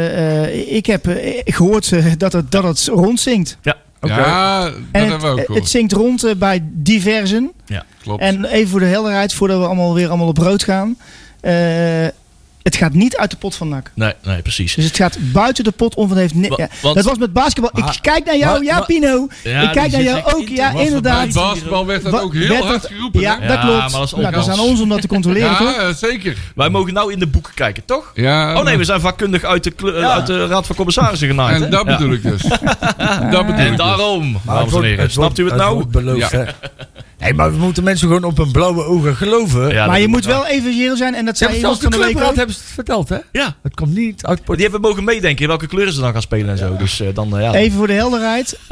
Ik heb gehoord dat het rondzinkt. Ja. Ja, dat En hebben we ook het gehoord. zinkt rond bij diversen. Klopt. En even voor de helderheid, voordat we allemaal op rood gaan. Het gaat niet uit de pot van NAC. Nee, precies. Dus het gaat buiten de pot om. Dat was met basketbal. Ik kijk naar jou, Pino. Ja, ik kijk die naar zit jou echt ook. in Ja, te wassen. inderdaad. Bij basketbal werd dat ook heel werd hard dat- geroepen. Ja, hè? dat klopt. maar dat is Nou, dat is ongas. aan ons om dat te controleren, toch? Ja, zeker. Wij mogen nou in de boeken kijken, toch? Ja, Oh nee, we zijn vakkundig uit de Raad van Commissarissen genaaid. en dat bedoel ik dus. Dat bedoel En ik dus. daarom, dames en heren. Snapt u het nou? wordt beloofd, Ja. hè? Nee, maar we moeten mensen gewoon op hun blauwe ogen geloven. Ja, Maar dat je doe moet ik wel even reëel zijn. En dat Ze zei hebben iemand zelfs van de de week clubraad ook. hebben ze het verteld, hè? Ja, Het komt niet uit die hebben mogen meedenken in welke kleuren ze dan gaan spelen en zo. Dus dan, ja. Even voor de helderheid.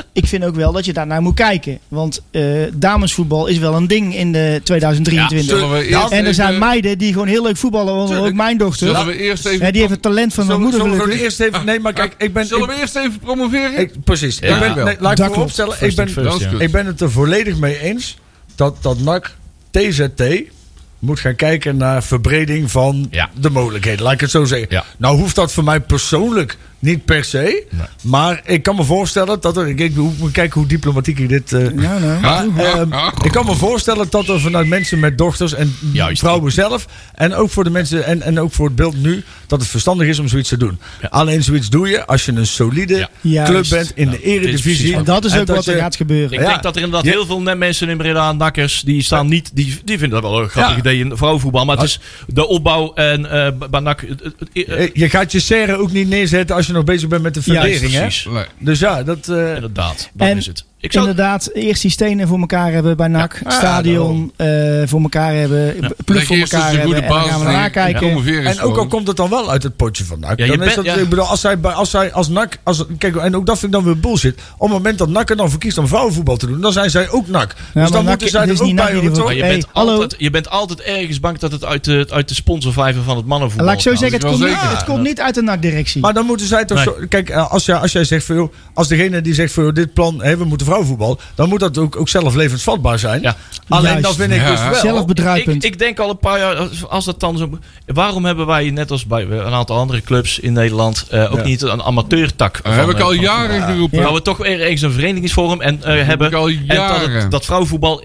ik vind ook wel dat je daarnaar moet kijken. Want damesvoetbal is wel een ding in de 2023. Zullen we eerst en er zijn even- meiden die gewoon heel leuk voetballen. Want ook mijn dochter. Zullen we eerst even... Die heeft het talent van mijn moeder. Zullen we gelukkig. eerst even... Nee, maar kijk, Zullen we eerst even promoveren? Precies. Ja. Laat ik Dat vooropstellen. First thing first, ja. Ik ben het er volledig mee eens dat NAC TZT moet gaan kijken naar verbreding van de mogelijkheden. Laat ik het zo zeggen. Ja. Nou hoeft dat voor mij persoonlijk niet per se. Nee. Maar ik kan me voorstellen dat er... Ik moet kijken hoe diplomatiek ik dit... ik kan me voorstellen dat er vanuit mensen met dochters en vrouwen zelf... en ook voor de mensen en ook voor het beeld nu... dat het verstandig is om zoiets te doen. Ja. Alleen zoiets doe je als je een solide club bent in de eredivisie. En dat is ook wat er gaat gebeuren. Ik denk dat er inderdaad heel veel mensen in Breda, nakkers, die staan niet... Die vinden dat wel een grappig idee in vrouwenvoetbal. Maar het is de opbouw en bij NAC... je gaat je serre ook niet neerzetten als je nog bezig bent met de fundering. Hè? Nee. Dus ja, dat... Inderdaad, dat is het. Inderdaad, eerst die stenen voor elkaar hebben bij NAC. Stadion voor elkaar hebben. Ploeg voor elkaar hebben. En dan gaan we naar kijken. En ook al komt het dan wel uit het potje van NAC. Dan is dat, ik bedoel, als zij als NAC... Kijk, en ook dat vind ik dan weer bullshit. Op het moment dat NAC er dan voor kiest om vrouwenvoetbal te doen... dan zijn zij ook NAC. Dus dan moeten zij er ook bij horen, toch? Je bent altijd ergens bang dat het uit de sponsorvijver van het mannenvoetbal laat ik zo zeggen, het komt niet uit de NAC-directie. Maar dan moeten zij toch zo... Kijk, als jij zegt van joh... Als degene die zegt van joh, dit plan... we moeten vrouwenvoetbal... dan moet dat ook zelf levensvatbaar zijn. Ja. Alleen dat vind ik dus wel... Zelfbedruipend. Ik denk al een paar jaar... Als dat dan zo... Waarom hebben wij, net als bij een aantal andere clubs in Nederland... ook niet een amateurtak? Dat heb ik al jaren geroepen. Dat we toch weer ergens een verenigingsvorm hebben. En dat vrouwenvoetbal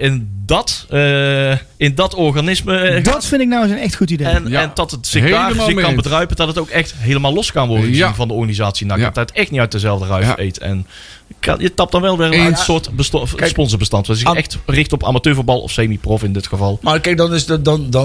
in dat organisme... dat vind ik nou eens een echt goed idee. En dat het zich daar kan bedruipen... dat het ook echt helemaal los kan worden gezien van de organisatie. Nou, dat het echt niet uit dezelfde ruif eet. En je tapt dan wel weer uit een soort sponsorbestand. Dat zich echt richt op amateurvoetbal of semi-prof in dit geval. Maar kijk, dan is het dan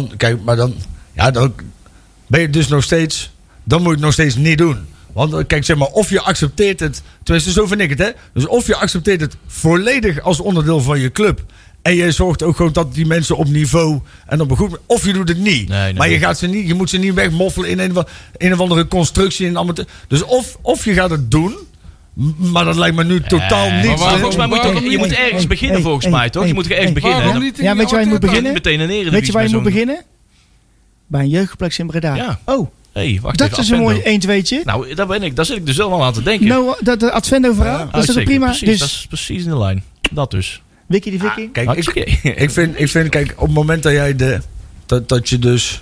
ben je dus nog steeds... Dan moet je het nog steeds niet doen. Want kijk, zeg maar, of je accepteert het... Tenminste, zo vind ik het, hè. Dus of je accepteert het volledig als onderdeel van je club... En je zorgt ook gewoon dat die mensen op niveau en op een goed... Of je doet het niet. Nee, maar je moet ze niet wegmoffelen in een of andere constructie. In amateur. Dus of je gaat het doen... Maar dat lijkt me nu totaal niet. Volgens mij je moet ergens beginnen, volgens mij, toch? Je moet ergens beginnen. Weet je waar je moet beginnen? Meteen een eredivisie. Weet je waar je moet beginnen? Bij een jeugdcomplex in Breda. Ja. Oh. Hey, wacht dat even, is een mooi 1-2'tje. Nou, daar zit ik dus wel aan te denken. Nou, dat Advendo verhaal, dat is toch prima? Precies, dus, dat is precies in de lijn. Dat dus. Wiki de Viking. Kijk, ik vind, kijk, op het moment dat jij dat je dus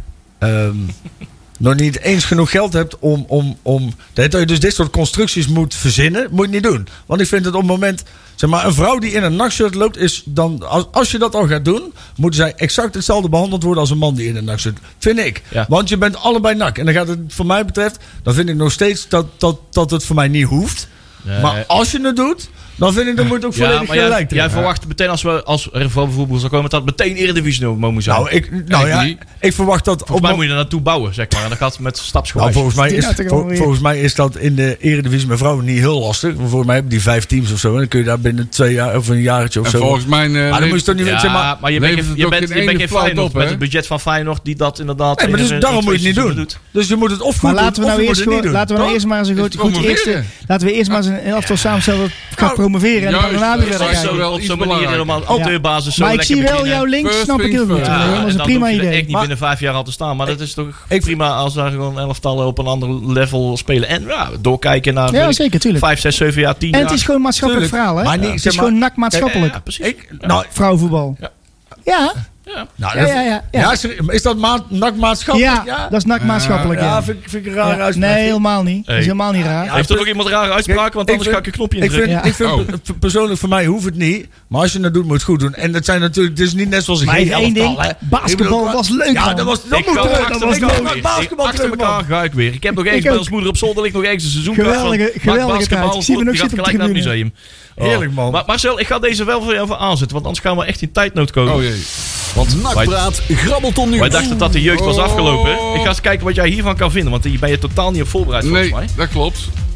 nog niet eens genoeg geld hebt om dat je dus dit soort constructies moet verzinnen, moet je niet doen. Want ik vind het op het moment, zeg maar, een vrouw die in een NAC-shirt loopt, is dan, als je dat al gaat doen, moeten zij exact hetzelfde behandeld worden als een man die in een NAC-shirt. Vind ik. Ja. Want je bent allebei NAC. En dan gaat het, voor mij betreft, dan vind ik nog steeds dat het voor mij niet hoeft. Nee. Maar als je het doet, dan vind ik dat moet ook volledig gelijk. Jij verwacht meteen als er vrouwenvoetbal zou komen, dat het meteen Eredivisie mogen zijn. Ik verwacht dat... Volgens mij moet je er naartoe bouwen, zeg maar. En dat gaat met stapsgewijs. Nou, volgens mij is dat in de Eredivisie met vrouwen niet heel lastig. Volgens mij hebben die 5 teams of zo. En dan kun je daar binnen 2 jaar of een jaartje of zo. Volgens mij... maar dan moet je toch niet... maar je bent geen Feyenoord met het budget van Feyenoord die dat inderdaad... Nee, maar dus daarom moet je het niet doen. Dus je moet het of goed doen, laten we nou eerst maar eens een goed eerste... Laten we eerst maar eens een elftal samenstellen dat gaat promoveren. En dan daarna weer verder kijken. Op zo'n manier helemaal amateurbasis. Maar ik zie wel jouw link, snap ik heel goed. Dat is een prima idee. Echt niet binnen 5 jaar al te staan. Maar dat is toch prima als daar gewoon elftallen op een ander level spelen. En doorkijken naar 5, 6, 7 jaar, 10 jaar. En het is gewoon een maatschappelijk verhaal. Hè? Het is gewoon NAC maatschappelijk. Vrouwenvoetbal. Ja. Is dat NAC maatschappelijk? Ja, dat is NAC maatschappelijk. Ja, vind ik een rare uitspraak. Nee, helemaal niet. Dat is helemaal niet raar. Heeft er nog iemand rare uitspraken? Want anders ga ik een knopje indrukken. Ik vind persoonlijk, voor mij hoeft het niet. Maar als je het doet, moet je het goed doen. En dat zijn natuurlijk, het is niet net zoals ik geen elftal. Basketbal was leuk. Ja, dat moet terug. Basketbal achter elkaar ga ik weer. Ik heb nog ergens bij ons moeder op zolder ligt nog ergens een seizoen. Geweldige tijd. Ik zie me nog zitten op de tribune. Museum. Heerlijk, man. Maar Marcel, ik ga deze wel voor jou voor aanzetten. Want anders gaan we echt in tijdnood komen. Oh jee. Want Nakpraat grabbelt nieuws. Wij dachten dat de jeugd was afgelopen. Ik ga eens kijken wat jij hiervan kan vinden. Want hier ben je totaal niet op voorbereid volgens mij. Nee, dat klopt.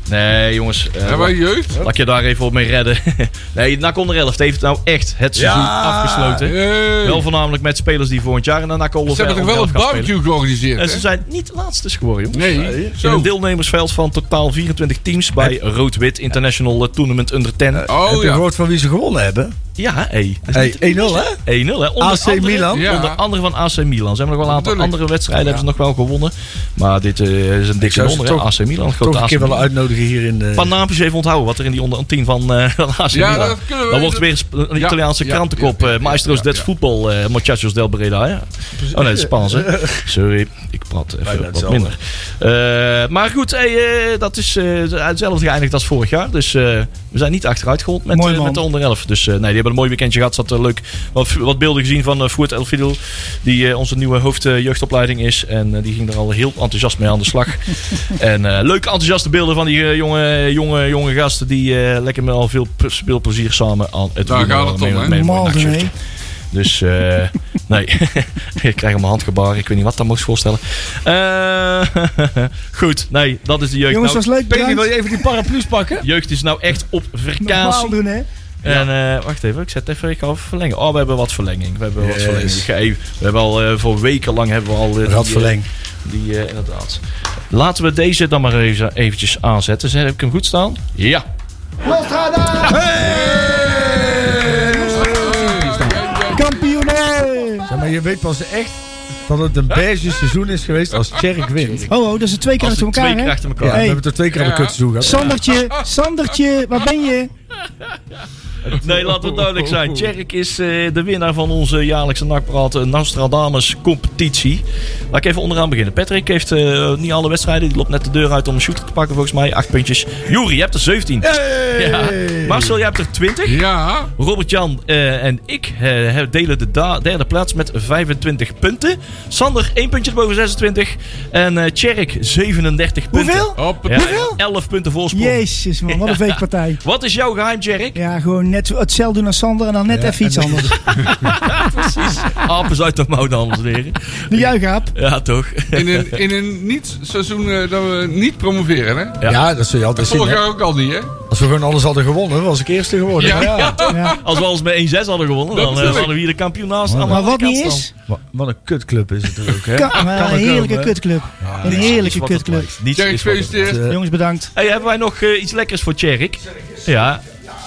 Nee, jongens. Hebben wij jeugd? Laat je daar even op mee redden. Nee, NAC onder 11 heeft nou echt het seizoen afgesloten. Hey. Wel voornamelijk met spelers die volgend jaar in de NAC onder Ze hebben toch wel een barbecue georganiseerd, En ze hè? zijn niet laatste geworden, jongens. Nee, In zo. een deelnemersveld van totaal 24 teams bij Rood-Wit International Tournament Under 10. Heb Oh je ja. gehoord van wie ze gewonnen hebben? Ja, Hey, 1-0 hè? 1-0, hè? Onder AC andere- Milan. Ja. Onder andere van AC Milan. Ze hebben nog wel een aantal Natuurlijk. andere wedstrijden hebben ze nog wel gewonnen. Maar dit is een dikke zou ze onder, hè? toch- AC Milan. Toch Grote een AC keer willen Milan. uitnodigen hier in de... Een paar naampjes even onthouden wat er in die onder 10 van AC Ja, Milan. dat kunnen we. Dan wordt weer een Italiaanse krantenkop. Maestro's Dets Voetbal, Muchachos del Breda. Ja. Oh nee, dat is Spaans, hè? Sorry, ik praat even wat hetzelfde. minder. Maar goed, dat is hetzelfde geëindigd als vorig jaar. Dus we zijn niet achteruit gerold met de onder 11. Dus nee, die hebben een mooi weekendje gehad. Zat leuk wat beelden gezien van Fouad El Fidel, die onze nieuwe hoofdjeugdopleiding is. En die ging er al heel enthousiast mee aan de slag. En leuke enthousiaste beelden van die jonge gasten die lekker met al veel speelplezier samen aan het Daar gaat het om, hè? Normaal, nee. Dus nee, ik krijg hem mijn handgebaren. Ik weet niet wat dat moest voorstellen. Goed, nee, dat is de jeugd. Jongens, Nou, was leuk. Penny, wil Bedankt. je even die paraplu's pakken? jeugd is nou echt op Normaal vakantie. doen, hè? En wacht even, ik ga even verlengen. Oh, we hebben wat verlenging. We Yes. hebben al voor weken lang hebben we al Radverleng. die inderdaad. Laten we deze dan maar eventjes aanzetten. Heb ik hem goed staan? Ja. Kampioenen! Zeg maar, je weet pas echt dat het een beige seizoen is geweest als Tjerk wint. Oh, dat is het 2 keer Als achter het elkaar, 2 keer hè? achter Ja, elkaar. we Hey. hebben er 2 keer aan de kutseizoen gehad. Sandertje, waar ben je? Nee, laten we duidelijk zijn. Tjerk is de winnaar van onze jaarlijkse NAC-praat Nostradamus competitie. Laat ik even onderaan beginnen. Patrick heeft niet alle wedstrijden. Die loopt net de deur uit om een shooter te pakken volgens mij. 8 puntjes. Juri, je hebt er 17. Ja. Marcel, jij hebt er 20. Ja. Robert-Jan en ik delen de derde plaats met 25 punten. Sander 1 puntje boven 26. En Tjerk 37 punten. Hoeveel? Hop. Ja, Hoeveel? 11 punten voorsprong. Jezus, man. Wat een veekpartij. Wat is jouw geheim, Tjerk? Ja, gewoon net hetzelfde doen als Sander en dan net even iets anders. Precies. Apens uit de mouw, dames en heren. De juichhaap. Ja, toch? In een niet-seizoen dat we niet promoveren, hè? Ja, dat zul je altijd zien. Vorig hè. jaar ook al niet, hè? Als we gewoon alles hadden gewonnen, was ik eerste geworden. Ja. Maar Ja. Als we alles met 1-6 hadden gewonnen, Dat dan bedoel ik. hadden we hier de kampioen naast. aan de Maar andere wat kant niet staan. is, Wat een kutclub is het er ook, hè? maar Kan een er heerlijke komen, hè? kutclub. Een Niets heerlijke is wat het kutclub. lijkt. Niets Tjerk, is wat het lijkt. gefeliciteerd. Jongens, bedankt. Hey, hebben wij nog iets lekkers voor Tjerk? Ja.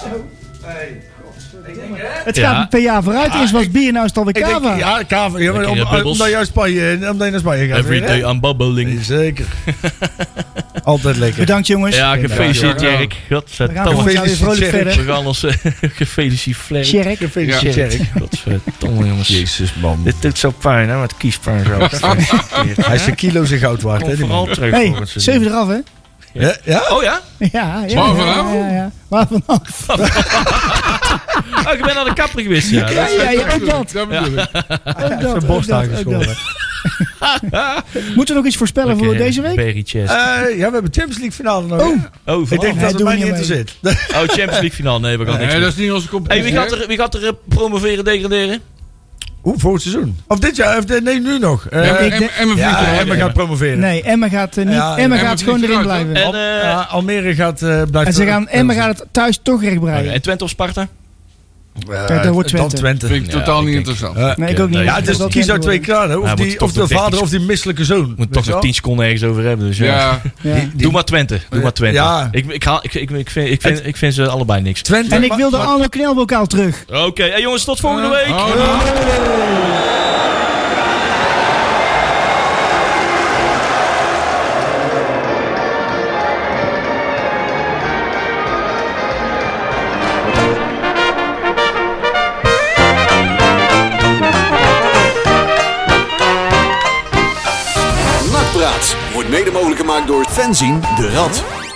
Het Ja. gaat per jaar vooruit. Eerst was bier, nou is het alweer Ik denk, kava. ja, kava. Ja, maar Lekkere bubbels. omdat je naar Spanje gaat. Every weer, day hè? I'm bubbling. Zeker. Altijd lekker. Bedankt, jongens. Ja, gefeliciteerd Ja. Tjerk. We gaan Godverdomme. volgend jaar weer vrolijk Tjerk. verder. We gaan ons gefeliciteerd. Tjerk. Gefeliciteerd, Tjerk. Godverdomme, jongens. Jezus, man. Dit doet zo pijn, hè, met kiespijn zo. Hij is een kilo's in goud waard, hè? die Vooral man. terug. Hey, volgend seizoen. 7 eraf, hè? Ja? Ja? Oh ja? Ja, ja. Waar vanaf? Ja. Waar vanaf? Oh, ik ben naar de kapper geweest, ja. Ja, ook dat. Dat bedoel ik. Ook dat, Zijn borst ook dat, aangeschoren. ook dat. Moeten we nog iets voorspellen voor deze week? Berry Chest. Ja, we hebben Champions League finale nog. Oh. hè? Oh, Ik van- denk hij dat het doet mij niet niet mee. interesseert. oh, Champions League finale. Nee, we gaan niks Nee, doen. dat is niet onze Hey, competitie. wie gaat er promoveren, degraderen? Hoe, volgend seizoen? Of dit jaar? Of nee, nu nog. hè? ik denk- En mijn Ja, vrienden. Emma gaat promoveren. Nee, Emma gaat niet. Ja, Emma Emma gaat gewoon vliegt erin eruit, blijven. En, Ja, Almere gaat blijven. En ze gaan, Emma gaat het thuis toch rechtbreien. en Twente of Sparta? dat wordt Dan Twente. Twente. Vind ik Ja, totaal ik niet denk- interessant. Nee, ik ook niet. Nee, Ja, het is Dat kies uit Twente twee klaar. Hè? Ja, Of, moet die, toch of de nog vader 30 of die misselijke zoon. Moet Weet toch je nog wel? 10 seconden ergens over hebben. Dus ja. Ja. Ja. Doe maar Twente. Doe maar Twente. Ja. Ik vind ze allebei niks. Twente. En ik maar- wil de maar- Arno Knelbokaal terug. Oké, hey jongens, tot volgende week. Oh, nou. Nakpraat wordt mede mogelijk gemaakt door Fenzin de Rad.